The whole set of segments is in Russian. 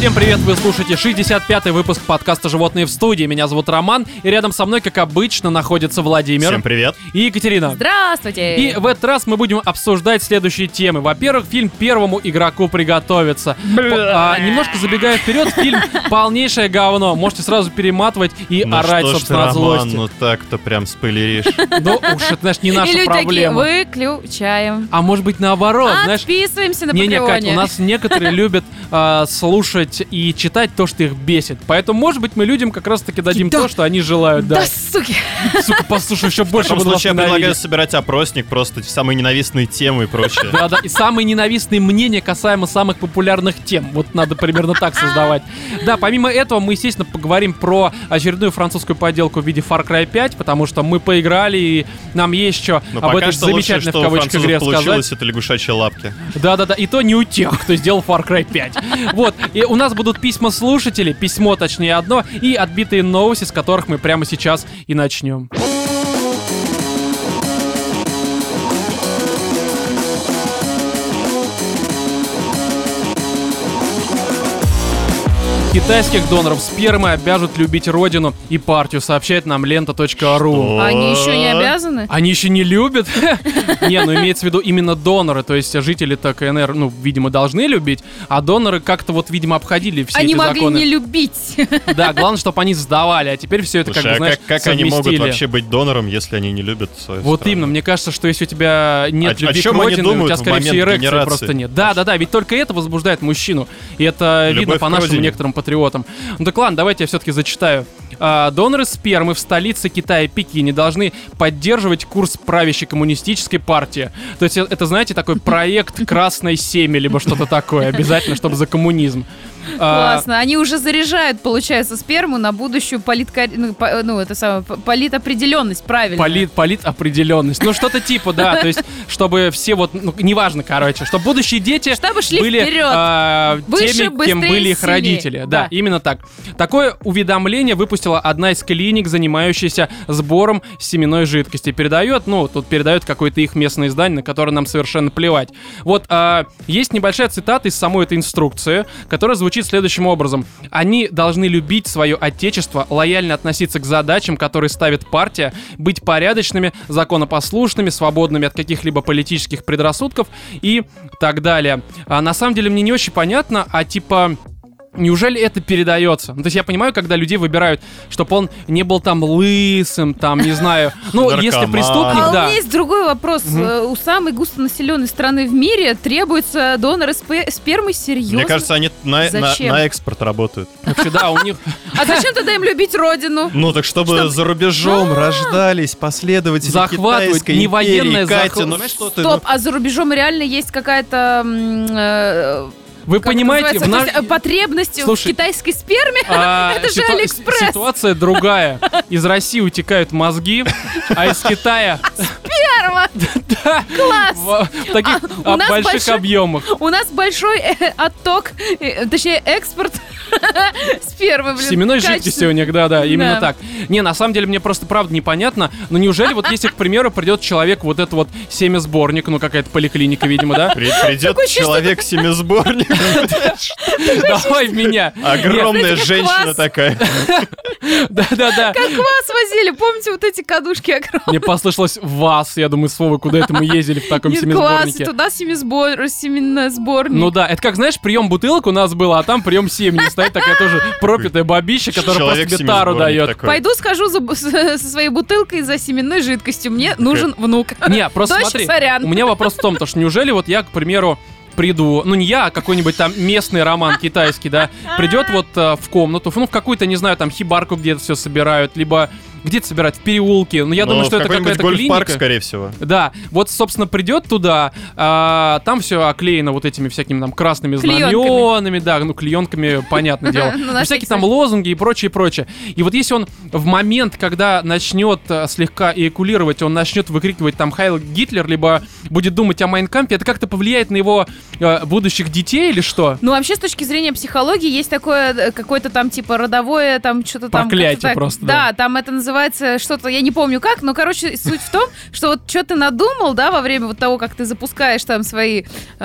Всем привет, вы слушаете 65-й выпуск подкаста «Животные в студии». Меня зовут Роман, и рядом со мной, как обычно, находится Владимир. Всем привет. И Екатерина. Здравствуйте. И в этот раз мы будем обсуждать следующие темы. Во-первых, фильм «Первому игроку приготовиться». Немножко забегая вперед, фильм полнейшее говно. Можете сразу перематывать и орать, собственно, от злости. Ну так-то прям спойлеришь. Ну уж, это, знаешь, не наша проблема. Такие, выключаем. А может быть наоборот, знаешь. Отписываемся на Патреоне. Не-не, Кать, у нас некоторые любят слушать и читать то, что их бесит. Поэтому, может быть, мы людям как раз-таки дадим то, что они желают. Да, суки. Сука, послушай, еще больше В буду таком случае я вас предлагаю ненавидеть. собирать опросник, просто самые ненавистные темы и прочее. Да-да, и самые ненавистные мнения касаемо самых популярных тем. Вот надо примерно так создавать. Да, помимо этого, мы, естественно, поговорим про очередную французскую поделку в виде Far Cry 5, потому что мы поиграли, и нам есть что об этой замечательной, в кавычках, игре получилось, сказать. это лягушачьи лапки. Да-да-да, и то не у тех, кто сделал Far Cry 5. Вот, и у нас будут письма слушателей, письмо, точнее, одно, и отбитые новости, с которых мы прямо сейчас и начнем. Китайских доноров спермы обяжут любить родину и партию, сообщает нам лента.ру. Они еще не обязаны? Они еще не любят? Не, ну имеется в виду именно доноры, то есть жители-то КНР, ну, видимо, должны любить, а доноры как-то вот, видимо, обходили все эти законы. Они могли не любить. Да, главное, чтобы они сдавали, а теперь все это, как бы, знаешь, как они могут вообще быть донором, если они не любят свою Вот страну? именно, мне кажется, что если у тебя нет любви к чем они родине, у тебя, думают в скорее всего, момент эрекции генерации? просто нет. Да, ведь только это возбуждает мужчину, и это Любовь видно по к нашим родине. некоторым патриотам. Ну так ладно, давайте я все-таки зачитаю. Доноры спермы в столице Китая, Пекине, должны поддерживать курс правящей коммунистической партии. То есть это, знаете, такой проект «Красное семя», либо что-то такое, обязательно, чтобы за коммунизм. Классно. Они уже заряжают, получается, сперму на будущую политопределенность, правильно? Политопределенность. Ну, что-то типа, да. То есть, чтобы все вот, ну, неважно, короче, чтобы будущие дети Чтобы шли были вперед. Выше, теми, кем быстрее, были их сильнее. родители. Да, Да. именно так. Такое уведомление выпустила одна из клиник, занимающаяся сбором семенной жидкости. Тут передает какое-то их местное издание, на которое нам совершенно плевать. Вот, есть небольшая цитата из самой этой инструкции, которая звучит следующим образом. Они должны любить свое отечество, лояльно относиться к задачам, которые ставит партия, быть порядочными, законопослушными, свободными от каких-либо политических предрассудков и так далее. На самом деле мне не очень понятно, неужели это передается? Ну, то есть я понимаю, когда людей выбирают, чтобы он не был там лысым, там, не знаю. Ну, если преступник, А у да. меня есть другой вопрос. У самой густонаселенной страны в мире требуются доноры спермы, серьезно? Мне кажется, они на экспорт работают. Вообще, да, у них... А зачем тогда им любить родину? Ну, так чтобы за рубежом рождались последователи Захватывать, китайской не империи, военное Катя, ну что ты... Стоп, а за рубежом реально есть какая-то... Вы понимаете, потребности Слушай, в китайской сперме? Это же Алиэкспресс. Ситуация другая. Из России утекают мозги, а из Китая... Сперма! Да. Класс! В таких у нас больших объемах. У нас большой отток, точнее экспорт спермы, блин. Семенной жидкости у них, да, именно так. Не, на самом деле мне просто правда непонятно, но неужели вот если, к примеру, придет человек, вот это вот семясборник, ну какая-то поликлиника, видимо, да? Придет человек семясборник. Давай в меня. Огромная Знаете, как женщина квас. такая. Да-да-да. Как вас возили, помните вот эти кадушки огромные? Мне послышалось вас, я думаю, Вова, куда это мы ездили в таком Нет, класс, семясборнике. туда семенной сборник. Ну да, это как, знаешь, прием бутылок у нас был, а там прием семьи. Стоит такая тоже пропитая бабища, которая просто тебе тару дает. Пойду схожу со своей бутылкой за семенной жидкостью. Мне нужен внук. Не, просто Дочь, смотри, сорян. у меня вопрос в том, что неужели вот я, к примеру, приду, ну не я, а какой-нибудь там местный роман китайский, да, придет вот в комнату, ну в какую-то, не знаю, там хибарку где-то все собирают, либо где-то собирают в переулке, но я думаю, что это какая-то гольф-парк, клиника. скорее всего. Да, вот, собственно, придет туда, там все оклеено вот этими всякими там красными знаменами, да, ну клеенками, понятное дело, всякие там лозунги и прочее, прочее. И вот если он в момент, когда начнет слегка эякулировать, он начнет выкрикивать там «Хайль Гитлер», либо будет думать о Майн Кампе, это как-то повлияет на его будущих детей или что? Ну, вообще, с точки зрения психологии, есть такое какое-то там типа родовое, там что-то там... Проклятие просто, да. Да, там это называется называется что-то, я не помню как, но, короче, суть в том, что вот что ты надумал, да, во время вот того, как ты запускаешь там свои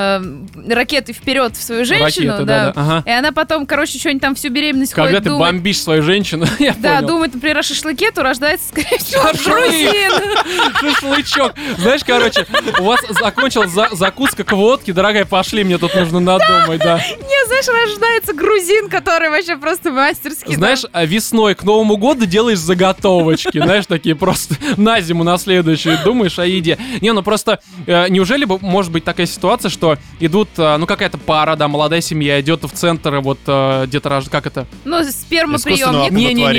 ракеты вперед в свою женщину, Ракеты, да. Ага. И она потом, короче, что-нибудь там всю беременность Когда ходит, ты думает, бомбишь свою женщину, я да, понял. думает, например, о шашлыке, то рождается, скорее всего, Шашлык. грузин. Шашлычок. Знаешь, короче, у вас закончилась закуска к водке, дорогая, пошли, мне тут нужно надумать, да. Не, знаешь, рождается грузин, который вообще просто мастерски. Знаешь, весной к Новому году делаешь заготовочки, знаешь, такие просто на зиму, на следующую, думаешь о еде. Не, ну просто, неужели может быть такая ситуация, что идут, ну какая-то пара, да, молодая семья идет в центр, вот где-то, как это? Ну, спермоприемник.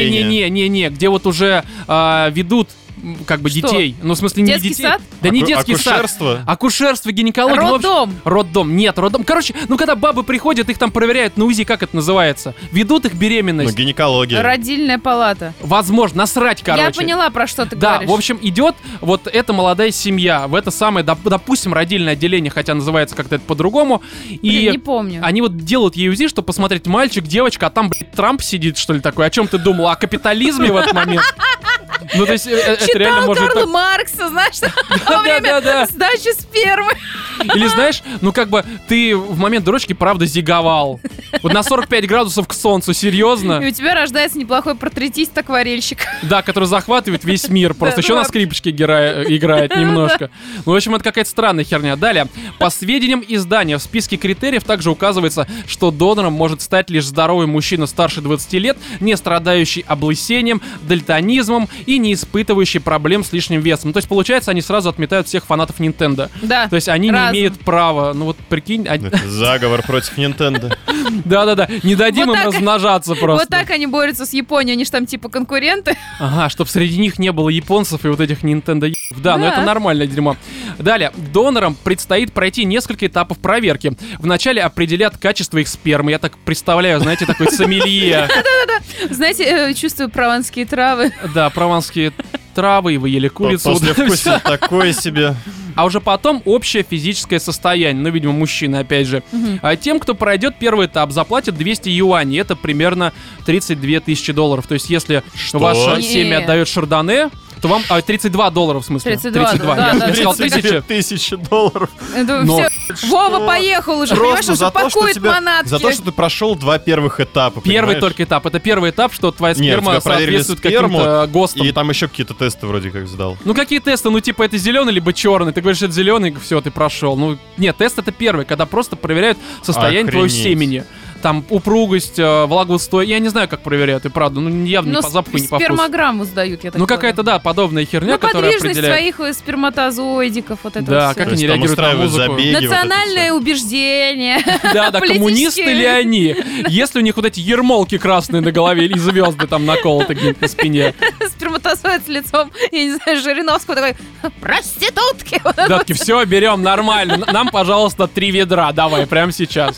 Не, где вот уже ведут как бы Что? детей. Ну, в смысле, не Детский детей. сад? Да не детский сад. Акушерство? Акушерство, гинекология. ну, вообще- Роддом. Роддом. Нет, роддом. Короче, ну когда бабы приходят, их там проверяют на УЗИ, как это называется. Ведут их Ну, беременность. гинекология. Родильная палата. Возможно, насрать, короче. Я поняла, про что ты Да, говоришь. в общем, идет вот эта молодая семья в это самое, допустим, родильное отделение, хотя называется как-то это по-другому. Блин, И не помню. они вот делают ей УЗИ, чтобы посмотреть, мальчик, девочка, а там, блядь, Трамп сидит, что ли, такой. О чем ты думал? О капитализме в этот момент? Ну, то есть, это реально Читал может быть Карла так. Маркса, знаешь, во время Да-да-да. сдачи спермы. Или знаешь, ну как бы ты в момент дрочки правда зиговал. Вот на 45 градусов к солнцу, серьезно. И у тебя рождается неплохой портретист-акварельщик. Да, который захватывает весь мир. Просто Да, еще ну на вообще. скрипочке играет немножко. Ну, в общем, это какая-то странная херня. Далее. По сведениям издания, в списке критериев также указывается, что донором может стать лишь здоровый мужчина старше 20 лет, не страдающий облысением, дальтонизмом и не испытывающий проблем с лишним весом. То есть, получается, они сразу отметают всех фанатов Nintendo. Да. То есть они разум. не имеют права. Ну вот прикинь, Это заговор против Nintendo. да-да-да, не дадим Вот им так- размножаться просто. Вот так они борются с Японией, они же там типа конкуренты. Ага, чтоб среди них не было японцев и вот этих Nintendo ебов. Да, но Да. это нормальное дерьмо. Далее, донорам предстоит пройти несколько этапов проверки. Вначале определят качество их спермы. Я так представляю, знаете, такой сомелье. Знаете, чувствую прованские травы. Да, прованские травы, и вы ели курицу. После вкуса такое себе. А уже потом общее физическое состояние. Ну, видимо, мужчины, опять же. А тем, кто пройдет первый этап, заплатят 200 юаней. Это примерно 32 тысячи долларов. То есть, если Что? ваше Не. семя отдает шардоне, то вам... 32 доллара, в смысле. 32, да, Я да, сказал 32 1000. $1000. Это Но- всё. Вова поехал уже, понимаешь, Просто уже за то, что пакует тебя, манатки. за то, что ты прошел 2 первых этапа. Первый понимаешь? только этап. Это первый этап, что твоя Нет, сперма тебя проверили соответствует сперму, каким-то ГОСТам. И там еще какие-то тесты вроде как сдал. Ну какие тесты? Ну типа это зеленый либо черный. Ты говоришь, это зеленый, все, ты прошел. Ну нет, тест это первый, когда просто проверяют состояние твоего Охренеть. семени. Там упругость, влагоустой. Я не знаю, как проверяют, и правда. Ну явно не Ну, по запаху, не по вкусу. спермограмму сдают, я так Ну поняла. какая-то, да, подобная херня, Ну, которая подвижность определяет. своих сперматозоидиков, вот это Да, вот как всё. они там реагируют на устраивают музыку. забеги. вот это Национальное всё. убеждение. Да, да, Политические. коммунисты ли они? Есть ли у них вот эти ермолки красные на голове или звезды там наколоты где-нибудь на спине? Сперматозоид с лицом, я не знаю, Жириновского такой, проститутки. Вот это Датки, все, берем, нормально. Нам, пожалуйста, 3 ведра, давай, прямо сейчас.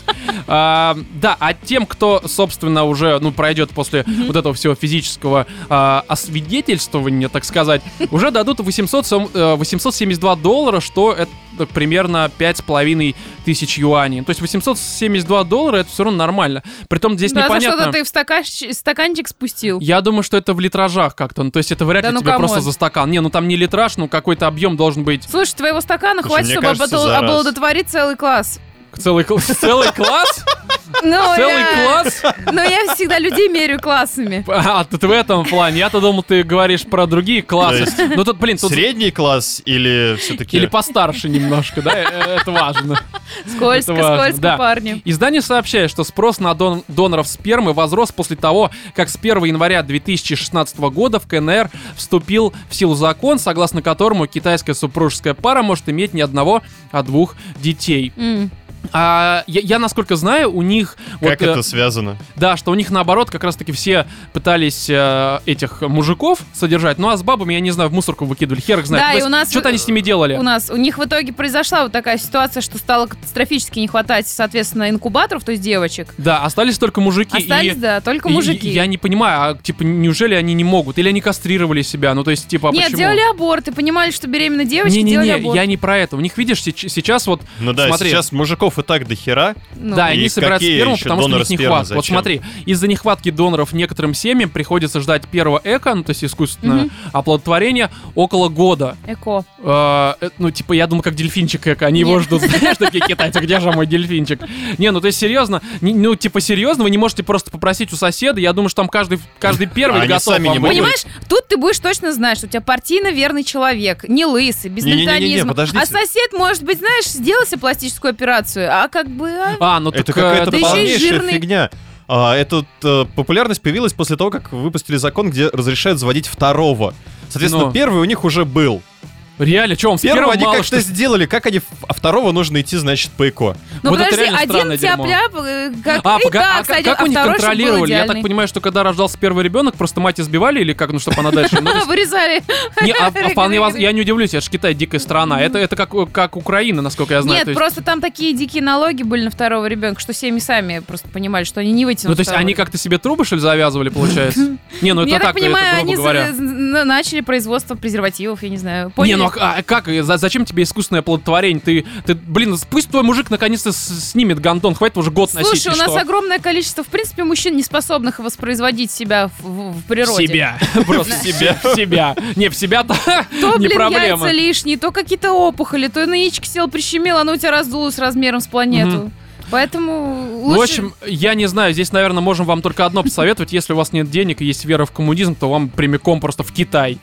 Да, а тем, кто, собственно, уже, ну, пройдет после вот этого всего физического освидетельствования, так сказать, уже дадут 872 доллара, что это примерно 5500 юаней. То есть 872 доллара это все равно нормально. Притом здесь Да, за непонятно. что-то ты в стаканчик спустил. Я думаю, что это в литражах как-то. Ну, то есть это вряд Да ли ну, тебе просто камон. за стакан. Не, ну там не литраж, ну какой-то объем должен быть. Слушай, твоего стакана Слушай, хватит, мне чтобы кажется, за раз. обладотворить целый класс. Целый класс? Ну, Целый я- класс? Ну, я всегда людей меряю классами. А, тут в этом плане. Я-то думал, ты говоришь про другие классы. То Ну тут, блин, тут... Средний класс или все-таки... Или постарше немножко, да? Это важно. Скользко, Это важно, скользко, да. парни. Издание сообщает, что спрос на доноров спермы возрос после того, как с 1 января 2016 года в КНР вступил в силу закон, согласно которому китайская супружеская пара может иметь не одного, а 2 детей. Я насколько знаю, у них... Как вот, это связано? Да, что у них наоборот как раз-таки все пытались этих мужиков содержать, ну а с бабами, я не знаю, в мусорку выкидывали, хер их знает. Да, То и есть у нас- что-то они с ними делали. У них в итоге произошла вот такая ситуация, что стало катастрофически не хватать, соответственно, инкубаторов, то есть девочек. Да, остались только мужики. Остались, и- да, только и- мужики. Я не понимаю, а типа неужели они не могут? Или они кастрировали себя? Ну то есть типа, а Нет, почему? делали аборты, понимали, что беременные девочки, делали Не-не-не, аборт. я не про это. У них, видишь, сейчас вот, Ну да, смотри. сейчас мужиков доноров и так до хера. Да, И они собираются какие сперму, еще потому что у доноры них спермы? нехватка. Вот Зачем? смотри, из-за нехватки доноров некоторым семьям приходится ждать первого эко, ну, то есть искусственное оплодотворение, около года. Эко. Ну, типа, я думаю, как дельфинчик эко, они его Нет. ждут, знаешь, такие китайцы, где же мой дельфинчик? Не, ну, то есть, серьезно, ну, типа, серьезно, вы не можете просто попросить у соседа, я думаю, что там каждый первый Они готов сами вам не могут. выдать. Понимаешь, тут ты будешь точно знать, что у тебя партийно верный человек, не лысый, без Не-не-не-не, дальтонизма. подождите. А сосед, может быть, знаешь, сделал себе пластическую операцию, а как бы... Ну, Это так, какая-то да еще и полнейшая жирный. фигня. Эта популярность появилась после того, как выпустили закон, где разрешают заводить второго. Соответственно, Но. первый у них уже был. Реально, что, он с Первого первого они мало как-то что... сделали, как они... А второго нужно идти, значит, по ЭКО. Ну Вот это подожди, реально странное один дерьмо. тяп-ляп, как и так сойдет, как у них второй, чтобы был контролировали? Я так идеальный. понимаю, что когда рождался первый ребенок, просто мать избивали или как, ну, чтобы она дальше... Ну, то есть- Вырезали. Не, вполне я не удивлюсь, это же Китай дикая страна. Это как Украина, насколько я знаю. Нет, То есть- просто там такие дикие налоги были на второго ребенка, что семьи сами просто понимали, что они не вытянут. Ну, то есть второго они ребенка. как-то себе трубы, что ли, завязывали, получается? Не, ну Я это так так, понимаю, это они грубо говоря. начали производство презервативов, я не знаю. Не, Поняли? ну а как? Зачем тебе искусственное оплодотворение? Ты, блин, пусть твой мужик наконец-то снимет гондон, хватит уже год носить. Слушай, и у нас что? огромное количество, в принципе, мужчин, не способных воспроизводить себя в природе. Себя. Просто себя. В себя. Не, в себя-то То, не блин, проблема. яйца лишние, то какие-то опухоли, то на яичко сел, прищемил, оно у тебя раздулось размером с планету. Поэтому лучше... Ну, в общем, я не знаю, здесь, наверное, можем вам только одно посоветовать. Если у вас нет денег и есть вера в коммунизм, то вам прямиком просто в Китай.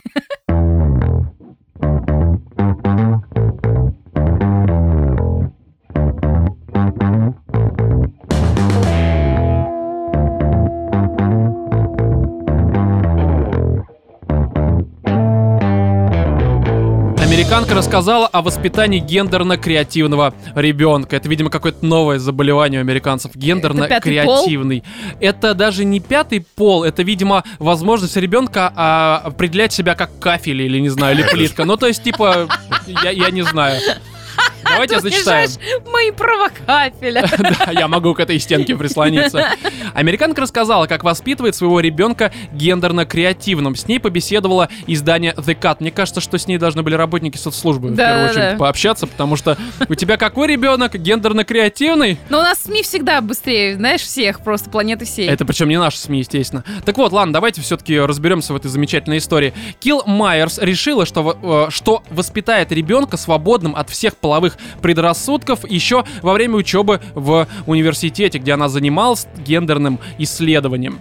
Американка рассказала о воспитании гендерно-креативного ребенка. Это, видимо, какое-то новое заболевание у американцев. Гендерно-креативный. Это даже не пятый пол, это, видимо, возможность ребенка определять себя как кафель или, не знаю, или плитка. Ну, то есть, типа, я не знаю. Давайте Ты зачитаем. унижаешь мои права кафеля. Да, я могу к этой стенке прислониться. Американка рассказала, как воспитывает своего ребенка гендерно-креативным. С ней побеседовала издание The Cut. Мне кажется, что с ней должны были работники соцслужбы в первую очередь пообщаться, потому что у тебя какой ребенок гендерно-креативный? Но у нас СМИ всегда быстрее, знаешь, всех, просто планеты всей. Это причем не наши СМИ, естественно. Так вот, ладно, давайте все-таки разберемся в этой замечательной истории. Килл Майерс решила, что воспитает ребенка свободным от всех половых предрассудков еще во время учебы в университете, где она занималась гендерным исследованием.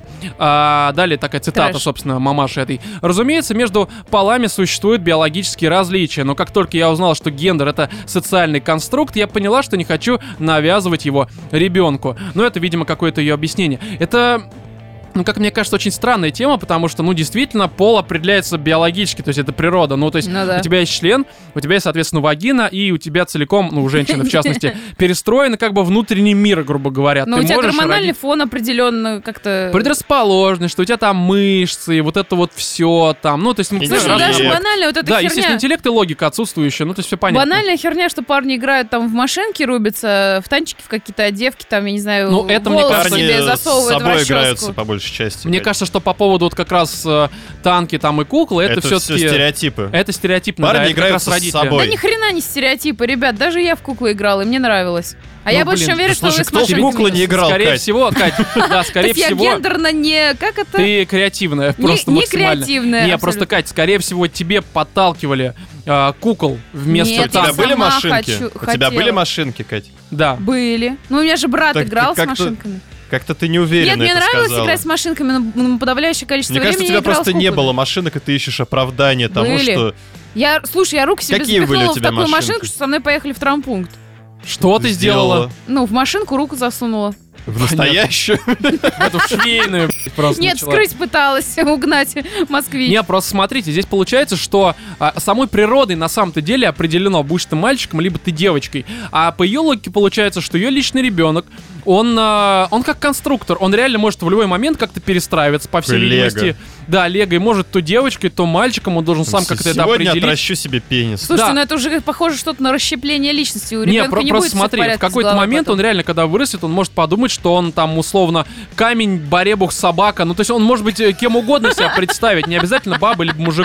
Далее такая цитата, Трэш. собственно, мамаши этой. Разумеется, между полами существуют биологические различия, но как только я узнала, что гендер — это социальный конструкт, я поняла, что не хочу навязывать его ребенку. Но это, видимо, какое-то ее объяснение. Это... Ну, как мне кажется, очень странная тема, потому что, ну, действительно, пол определяется биологически, то есть это природа. Ну, то есть Ну да. у тебя есть член, у тебя есть, соответственно, вагина, и у тебя целиком, ну, у женщины, в частности, перестроен как бы внутренний мир, грубо говоря. Но Ты у тебя можешь гормональный родить фон определенно как-то... предрасположенность, что у тебя там мышцы, вот это вот все там. Ну, то есть, Слушай, Слушай, даже Интеллект. банально вот эта да, херня... естественно, интеллект и логика отсутствующие, ну, то есть все понятно. Банальная херня, что парни играют там в машинки, рубятся, в танчики в какие-то, а девки там, я не знаю, Ну, это, мне волосы кажется, себе Парни с засовывают в собой расческу. играются по большей части. Мне кажется, что по поводу вот как раз танки там и куклы, это все все-таки... стереотипы. Это стереотипно, Парни да, это как играют раз с родители. собой. Да ни хрена не стереотипы, ребят, даже я в куклы играла, и мне нравилось. А Ну, я больше блин, чем верю, да что вы слушай, с кто в машинками... куклы не играл, Скорее Кать? всего, Кать, да, скорее То есть я всего, гендерно не... Как это? ты креативная, просто не максимально. креативная, Не, абсолютно. просто, Кать, скорее всего, тебе подталкивали кукол вместо Нет, У тебя я танков. были сама машинки? хочу- У тебя хотела. были машинки, Кать? Да. Были. Ну, у меня же брат Так ты играл с как-то машинками. Как-то ты не уверенно Нет, мне это нравилось сказала. играть с машинками, но подавляющее количество Мне кажется, у времени тебя я играла просто с не куклами. было машинок, и ты ищешь оправдание тому, Были. что... Слушай, я руки себе Какие были запихнула у в тебя такую машинки? машинку, что со мной поехали в травмпункт. Что ты сделала? Ну, в машинку руку засунула. В настоящую? В эту швейную блядь, просто Нет, начала. скрыть пыталась, угнать москвич. Не, просто смотрите, здесь получается, что самой природой на самом-то деле определено, будешь ты мальчиком, либо ты девочкой. А по ее логике получается, что ее личный ребенок, он как конструктор, он реально может в любой момент как-то перестраиваться, по всей Лего. видимости. Да, Лего, и может то девочкой, то мальчиком, он должен сам как-то это Сегодня определить. отращу себе пенис. Слушайте, Да. ну это уже похоже что-то на расщепление личности. У Не, ребенка не просто будет всё смотри, в порядке с какой-то головой момент потом. он реально, когда вырастет, он может подумать, что он там условно камень, баребух, собака. Ну, то есть он может быть кем угодно себя представить, не обязательно бабой либо мужиком.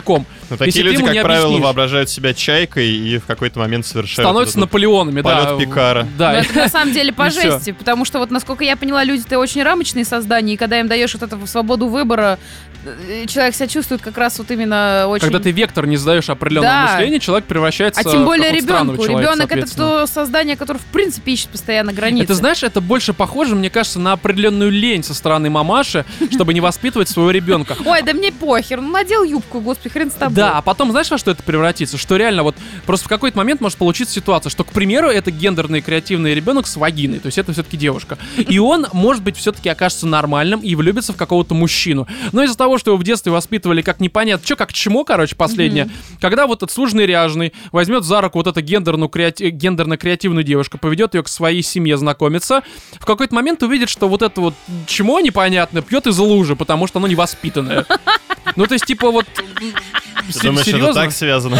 Но такие люди, как правило, воображают себя чайкой и в какой-то момент совершают... Становятся Наполеоновыми, да. Полет Пикара. Да. Но это на самом деле по жести, потому что вот, насколько я поняла, люди-то очень рамочные создания, и когда им даешь вот эту свободу выбора, человек себя чувствует как раз вот именно очень... Когда ты вектор не задаешь определенного мышления, человек превращается в тем более ребенку. Ребенок — это то создание, которое, в принципе, ищет постоянно границы. Это, знаешь, это больше похоже, мне кажется, на определенную лень со стороны мамаши, чтобы не воспитывать своего ребенка. Ой, да мне похер, надел юбку, господи, хрен с тобой. Да, а потом, знаешь, во что это превратится? Что реально вот просто в какой-то момент может получиться ситуация, что, к примеру, это гендерный креативный ребенок с вагиной, то есть это все-таки девушка. И он, может быть, все-таки окажется нормальным и влюбится в какого-то мужчину. Но из-за того, что его в детстве воспитывали как непонятно, что как чмо, короче, последнее, когда вот этот суженый ряженый возьмет за руку вот эту гендерно-креативную девушку, поведет ее к своей семье знакомиться, в какой-то момент увидит, что вот это вот чмо непонятное пьет из лужи, потому что оно невоспитанное. Ну, то есть, типа, вот... Ты думаешь, это так связано?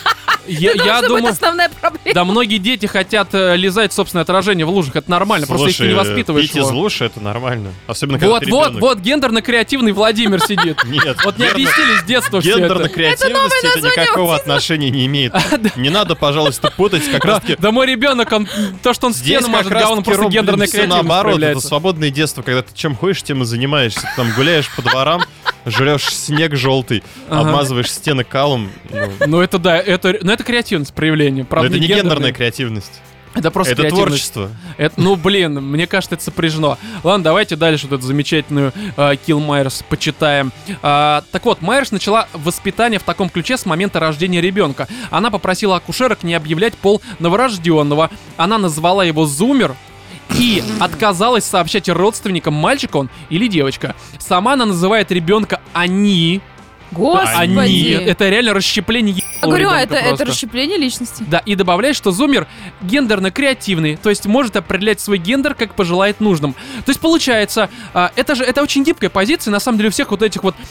Я думаю, основная проблема. Да, многие дети хотят лизать собственное отражение в лужах. Это нормально, слушай, просто если не воспитываешь его. Пить из луж — это нормально. Особенно, когда ты ребенок. Вот, гендерно-креативный Владимир сидит. Нет. Вот не объяснили с детства все это. Гендерно-креативность это никакого отношения не имеет. Не надо, пожалуйста, путать как раз-таки... Да мой ребенок, то, что он стену мажет, да, он просто гендерная креативность наоборот, это свободное детство, когда ты чем ходишь, тем и занимаешься. Ты там гуляешь по дворам, жрешь снег желтый, обмазываешь стены калом. Ну это да, это креативность проявления. Но это не гендерная креативность. Это просто это творчество. Ну, блин, мне кажется, это сопряжено. Ладно, давайте дальше вот эту замечательную Килл Майерс почитаем. Так вот, Майерс начала воспитание в таком ключе с момента рождения ребенка. Она попросила акушерок не объявлять пол новорожденного. Она назвала его Зумер и отказалась сообщать родственникам, мальчик он или девочка. Сама она называет ребенка Они. Господи. Они. Это реально расщепление. Я говорю, это расщепление личности. Да, и добавляет, что Зумер гендерно-креативный, то есть может определять свой гендер, как пожелает нужным. То есть получается, это очень гибкая позиция, на самом деле у всех вот этих вот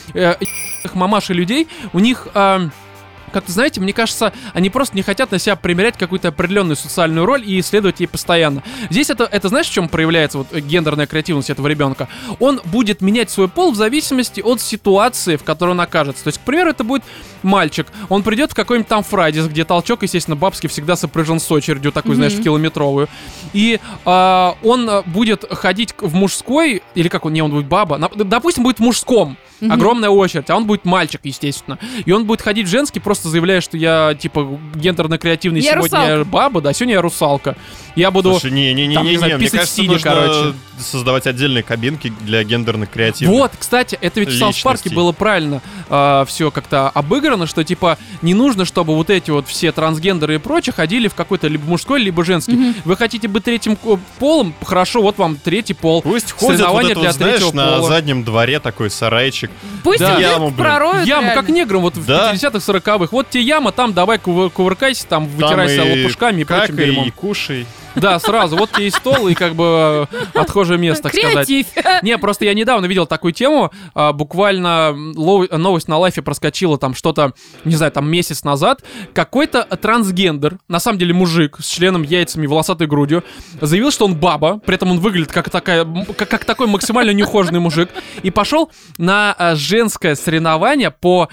мамаш и людей, у них... Как-то, знаете, мне кажется, они просто не хотят на себя примерять какую-то определенную социальную роль и исследовать ей постоянно. Здесь это знаешь, в чем проявляется вот гендерная креативность этого ребенка? Он будет менять свой пол в зависимости от ситуации, в которой он окажется. То есть, к примеру, это будет мальчик. Он придет в какой-нибудь там Фрайдис, где толчок, естественно, бабский всегда сопряжен с очередью, такую, знаешь, километровую. И он будет ходить в мужской, или как он, не, он будет баба, допустим, будет в мужском. Огромная очередь, а он будет мальчик, естественно. И он будет ходить в женский, просто заявляя, что я, типа, гендерно-креативный, я сегодня русалка. я баба, да, сегодня я русалка. Я буду, слушай, мне кажется, нужно создавать отдельные кабинки для гендерно-креативных. Вот, кстати, это ведь в Саус-парке было правильно все как-то обыграно, что, типа, не нужно, чтобы вот эти вот все трансгендеры и прочее ходили в какой-то либо мужской, либо женский. Вы хотите быть третьим полом? Хорошо, вот вам третий пол. Пусть ходят вот это, вот, знаешь, на заднем дворе такой сарайчик. Пусть яму пророют. Яму, как неграм вот в 50-х, 40-х. Вот тебе яма, там давай кувыркайся, там вытирайся лопушками и прочим дерьмом. И кушай. Да, сразу. Вот тебе и стол, и как бы отхожее место, так сказать. Не, просто я недавно видел такую тему. Буквально новость на лайфе проскочила там что-то, не знаю, там месяц назад. Какой-то трансгендер, на самом деле мужик с членом, яйцами, волосатой грудью, заявил, что он баба. При этом он выглядит как такой максимально неухоженный мужик. И пошел на женское соревнование по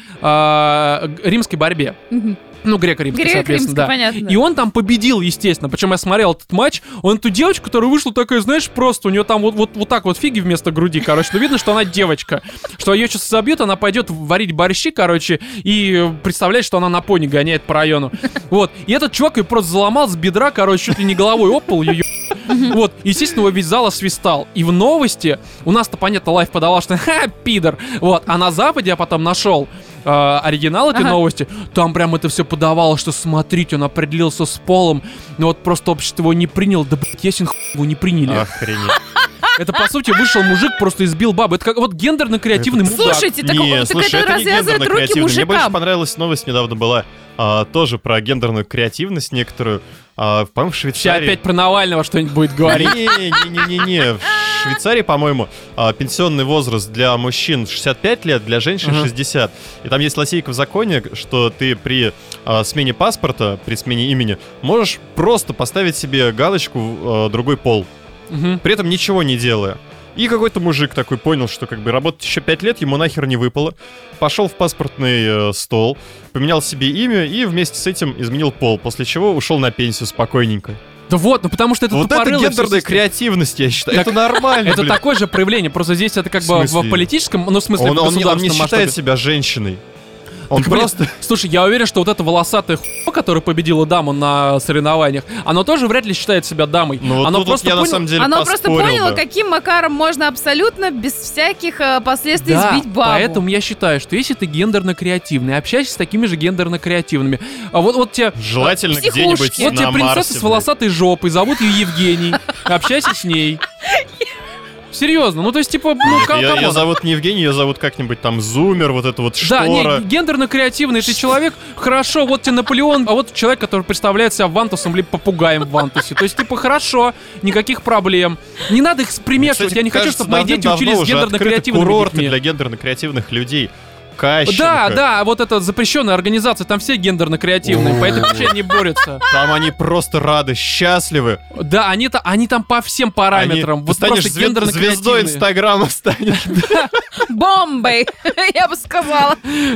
римской борьбе. Ну, греко-римский, соответственно, да. Понятно. И он там победил, естественно. Причем я смотрел этот матч. Он эту девочку, которая вышла такая, знаешь, просто у нее там вот так вот фиги вместо груди, короче. Но видно, что она девочка. Что ее сейчас забьют, она пойдет варить борщи, короче, и представляет, что она на пони гоняет по району. Вот. И этот чувак ее просто заломал с бедра, короче, чуть ли не головой об пол ее. Вот, естественно, его весь зал освистал. И в новости, у нас-то, понятно, лайф подавал, что ха, пидор. Вот, а на Западе я потом нашел оригинал этой новости. Там прям это все подавало, что смотрите, он определился с полом. Но вот просто общество его не приняло. Да, блядь, ясен хуй, его не приняли. Охренеть. Это, по сути, вышел мужик, просто избил бабу. Это как вот гендерно-креативный мудак. Слушайте, так это развязывает руки мужикам. Мне больше понравилась новость, недавно была тоже про гендерную креативность некоторую. По-моему, в Швейцарии... Сейчас опять про Навального что-нибудь будет говорить. Не-не-не. В Швейцарии, по-моему, пенсионный возраст для мужчин 65 лет, для женщин 60. И там есть лазейка в законе, что ты при смене паспорта, при смене имени, можешь просто поставить себе галочку «другой пол». При этом ничего не делая. И какой-то мужик такой понял, что как бы работать еще 5 лет ему нахер не выпало. Пошел в паспортный стол, поменял себе имя и вместе с этим изменил пол, после чего ушел на пенсию спокойненько. Да вот, ну потому что это Вот это тупорылая гендерная система. креативность, я считаю. Так это нормально, Это блин. такое же проявление, просто здесь это как В бы смысле? в политическом, ну в смысле в Он не государственном масштабе. считает себя женщиной. Он Так, блин, просто... Слушай, я уверен, что вот эта волосатая хуйня, которая победила даму на соревнованиях, она тоже вряд ли считает себя дамой. Ну вот Она тут просто я на поняла- самом деле Оно просто поспорил поняло, бы. каким макаром можно абсолютно без всяких последствий Да, сбить бабу. поэтому я считаю, что если ты гендерно-креативный, общаешься с такими же гендерно-креативными, а вот тебе... Желательно Психушки. где-нибудь Вот тебе на принцесса Марсе, с волосатой жопой, зовут ее Евгений, общайся с ней. Серьезно, ну то есть типа, ну блядь. камон. Ее зовут не Евгений, ее зовут как-нибудь там Зумер, вот это вот Да, не, Штора. гендерно-креативный ты человек, хорошо, вот тебе Наполеон, а вот человек, который представляет себя Вантусом либо попугаем в Вантусе. То есть, типа, хорошо, никаких проблем. Не надо их примешивать, Кстати, я не хочу, кажется, чтобы мои дети давным-давно учились с уже открыты гендерно-креативными курорты детьми. для гендерно-креативных людей. Кащенко. Да, вот эта запрещенная организация, там все гендерно-креативные, по этой причине не борются. Там они просто рады, счастливы. Да, они там по всем параметрам. Ты Вот станешь просто звездой гендерно-креативные. Инстаграма станешь. Бомбой, я бы сказала.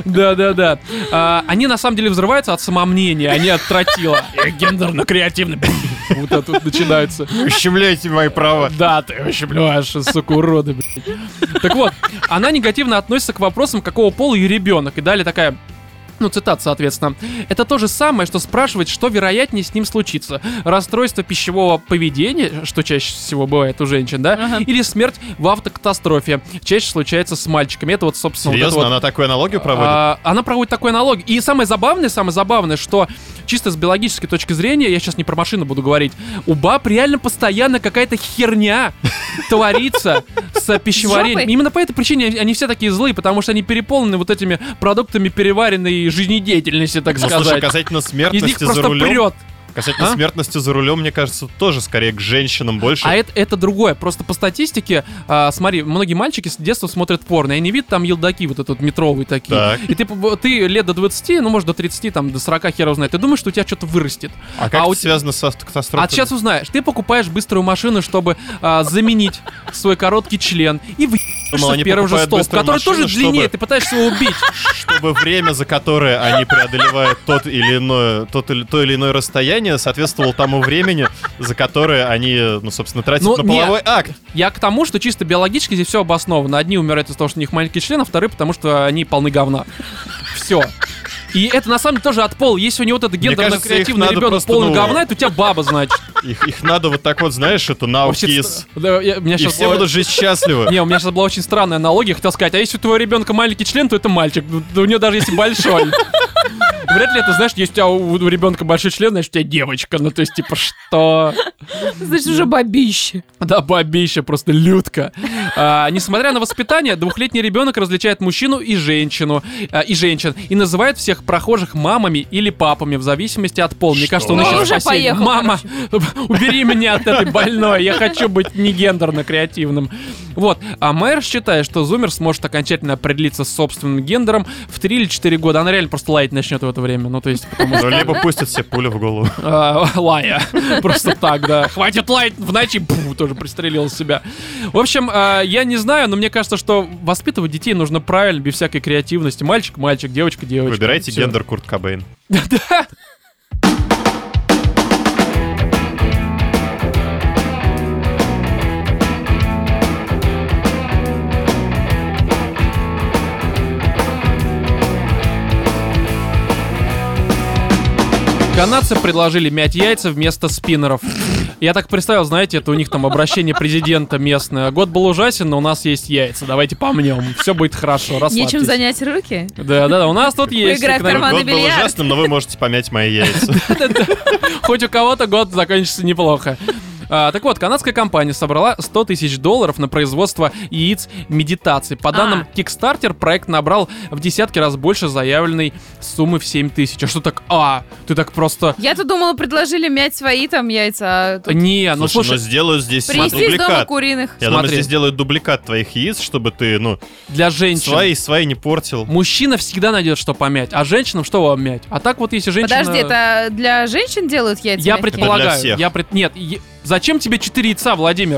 Да. Они на самом деле взрываются от самомнения, а не от тротила. Я гендерно-креативный. Вот это вот начинается. Ущемляйте мои права. Да, ты ущемляешь, сука, уроды, блядь. Так вот, она негативно относится к вопросам, какого пола ее ребенок. И далее такая... Ну, цитата, соответственно. Это то же самое, что спрашивать, что вероятнее с ним случится. Расстройство пищевого поведения, что чаще всего бывает у женщин, да? Ага. Или смерть в автокатастрофе. Чаще случается с мальчиками. Это вот, собственно, вот это Серьезно, вот. она такую аналогию проводит? Она проводит такой аналог. И самое забавное, что чисто с биологической точки зрения, я сейчас не про машину буду говорить, у баб реально постоянно какая-то херня творится с пищеварением. жопой? Именно по этой причине они все такие злые, потому что они переполнены вот этими продуктами переваренной жизнедеятельности, так Ну, слушай, сказать. касательно Из них смертности за просто рулем, прет. касательно А? смертности за рулем, мне кажется, тоже скорее к женщинам больше. А это другое. Просто по статистике, смотри, многие мальчики с детства смотрят порно, и они видят там елдаки вот этот метровые такие. Так. И ты лет до 20, ну, может, до 30, там, до 40 хер его знает, ты думаешь, что у тебя что-то вырастет. А как а это у связано с автокатастрофой? А сейчас узнаешь. Ты покупаешь быструю машину, чтобы заменить свой короткий член, и Думал, в они первый же покупают столб, быструю который тоже машину, длиннее, чтобы- ты пытаешься его убить. Чтобы время, за которое они преодолевают то или иное расстояние, соответствовало тому времени, за которое они, ну, собственно, тратят Ну, на нет. половой акт. Я к тому, что чисто биологически здесь все обосновано. Одни умирают из-за того, что у них маленький член, а вторые, потому что они полны говна. Все. И это на самом деле тоже от пола. Если у него вот это Мне кажется, гендерно-креативный их надо ребенок просто, полный ну, говна, это у тебя баба, значит. Их надо вот так вот, знаешь, это now Вообще, kiss. да, у меня И щас все было- будут жить счастливы. Не, у меня сейчас была очень странная аналогия. Хотел сказать, а если у твоего ребенка маленький член, то это мальчик. Да у него даже если большой. Вряд ли это, знаешь, если у тебя у ребенка большой член, значит, у тебя девочка. Ну, то есть, типа, что? Значит, уже бабище. Да, бабища, просто людка. Несмотря на воспитание, двухлетний ребенок различает мужчину и женщину, и женщин, и называет всех прохожих мамами или папами, в зависимости от пола. Мне кажется, он Что? ищет Он уже спасения. поехал, Мама, убери меня от этой больной, я хочу быть не гендерно-креативным. Вот, а мэр считает, что зумер сможет окончательно определиться с собственным гендером в 3 или 4 года. Она реально просто лаять начнет в это время. Ну, то есть, потому что... Ну, либо пустят себе пулю в голову. Лая. Просто так, да. Хватит лаять в ночи. Тоже пристрелил себя. В общем, я не знаю, но мне кажется, что воспитывать детей нужно правильно, без всякой креативности. Мальчик, мальчик, девочка, девочка. Выбирайте Всё. гендер Курт Кобейн. Да. Канадцы предложили мять яйца вместо спиннеров. Я так представил, знаете, это у них там обращение президента местное. Год был ужасен, но у нас есть яйца. Давайте помнем. Все будет хорошо. Расслабьтесь. Нечем занять руки. Да, у нас тут есть. Поиграй в карман. Год был бильярд. ужасным, но вы можете помять мои яйца. Хоть у кого-то год закончится неплохо. Так вот, канадская компания собрала $100 тысяч на производство яиц медитации. По данным Kickstarter, проект набрал в десятки раз больше заявленной суммы в 7 тысяч. А что так? Ты так просто... Я-то думала, предложили мять свои там яйца. А тут Не, ну Слушай, но слушай, сделают здесь принесли из дома дубликат. куриных. Я думаю, Смотри. здесь сделают дубликат твоих яиц, чтобы ты, ну, для женщин. свои не портил. Мужчина всегда найдет, что помять, а женщинам что вам мять? А так вот, если женщина... Подожди, это для женщин делают яйца Я мягкие? предполагаю. Это для всех. Нет, зачем тебе 4 яйца, Владимир?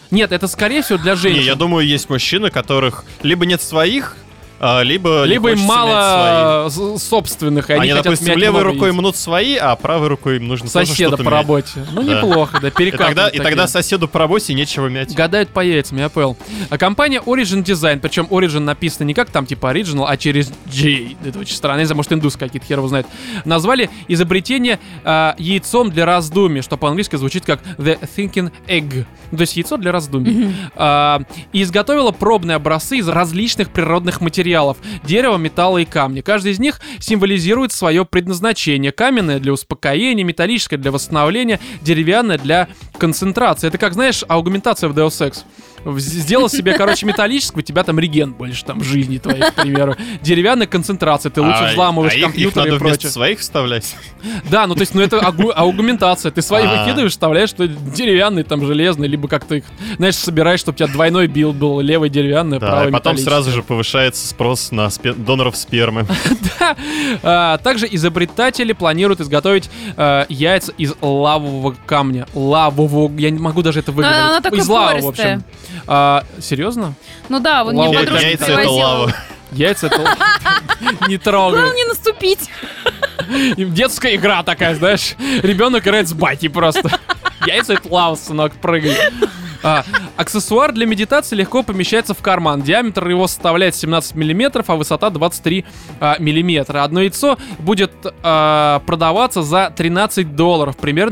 Нет, это скорее всего для женщин. Не, я думаю, есть мужчины, которых либо нет своих, либо им хочется мало мять свои. собственных, и они хотят допустим, мять левой много рукой яиц. мнут свои, а правой рукой им нужно тоже Соседа что-то по мять. работе. Ну, Да. неплохо, да, И перекатывают тогда соседу по работе нечего мять. гадают по яйцам, я понял. А компания Origin Design, причем Origin написано не как там типа Original, а через J. Это очень странно, не знаю, может индус какие-то, хер его знает. Назвали изобретение яйцом для раздумий, что по-английски звучит как The Thinking Egg. Ну, то есть яйцо для раздумий. И изготовила пробные образцы из различных природных материалов. Дерево, металла и камни. Каждый из них символизирует свое предназначение. Каменное для успокоения, металлическое для восстановления, деревянное для концентрации. Это как, знаешь, аугментация в Deus Ex. Сделал себе, короче, металлического, у тебя там реген больше там в жизни твоей, к примеру. Деревянная концентрация, ты лучше взламываешь их компьютеры надо и вместо прочее. своих вставлять. Да, ну то есть, ну это аугментация. Ты свои выкидываешь, вставляешь, что деревянный, там железный, либо как-то их, знаешь, собираешь, чтобы у тебя двойной билд был, левый деревянный, Да, правый и потом металлический. сразу же повышается спрос на доноров спермы. Также изобретатели планируют изготовить яйца из лавового камня. Лавового, я не могу даже это выговорить. она такая из лавы, в пористая. общем. Серьезно? Ну да, вот мне Лава. подружка Яйца это привозила. лава. Яйца это... Не трогай. Главное не наступить. И детская игра такая, знаешь. Ребенок играет с батей просто. Яйца это лава, сынок, прыгай. Аксессуар для медитации легко помещается в карман. Диаметр его составляет 17 мм, а высота 23 мм. Одно яйцо будет продаваться за $13, примерно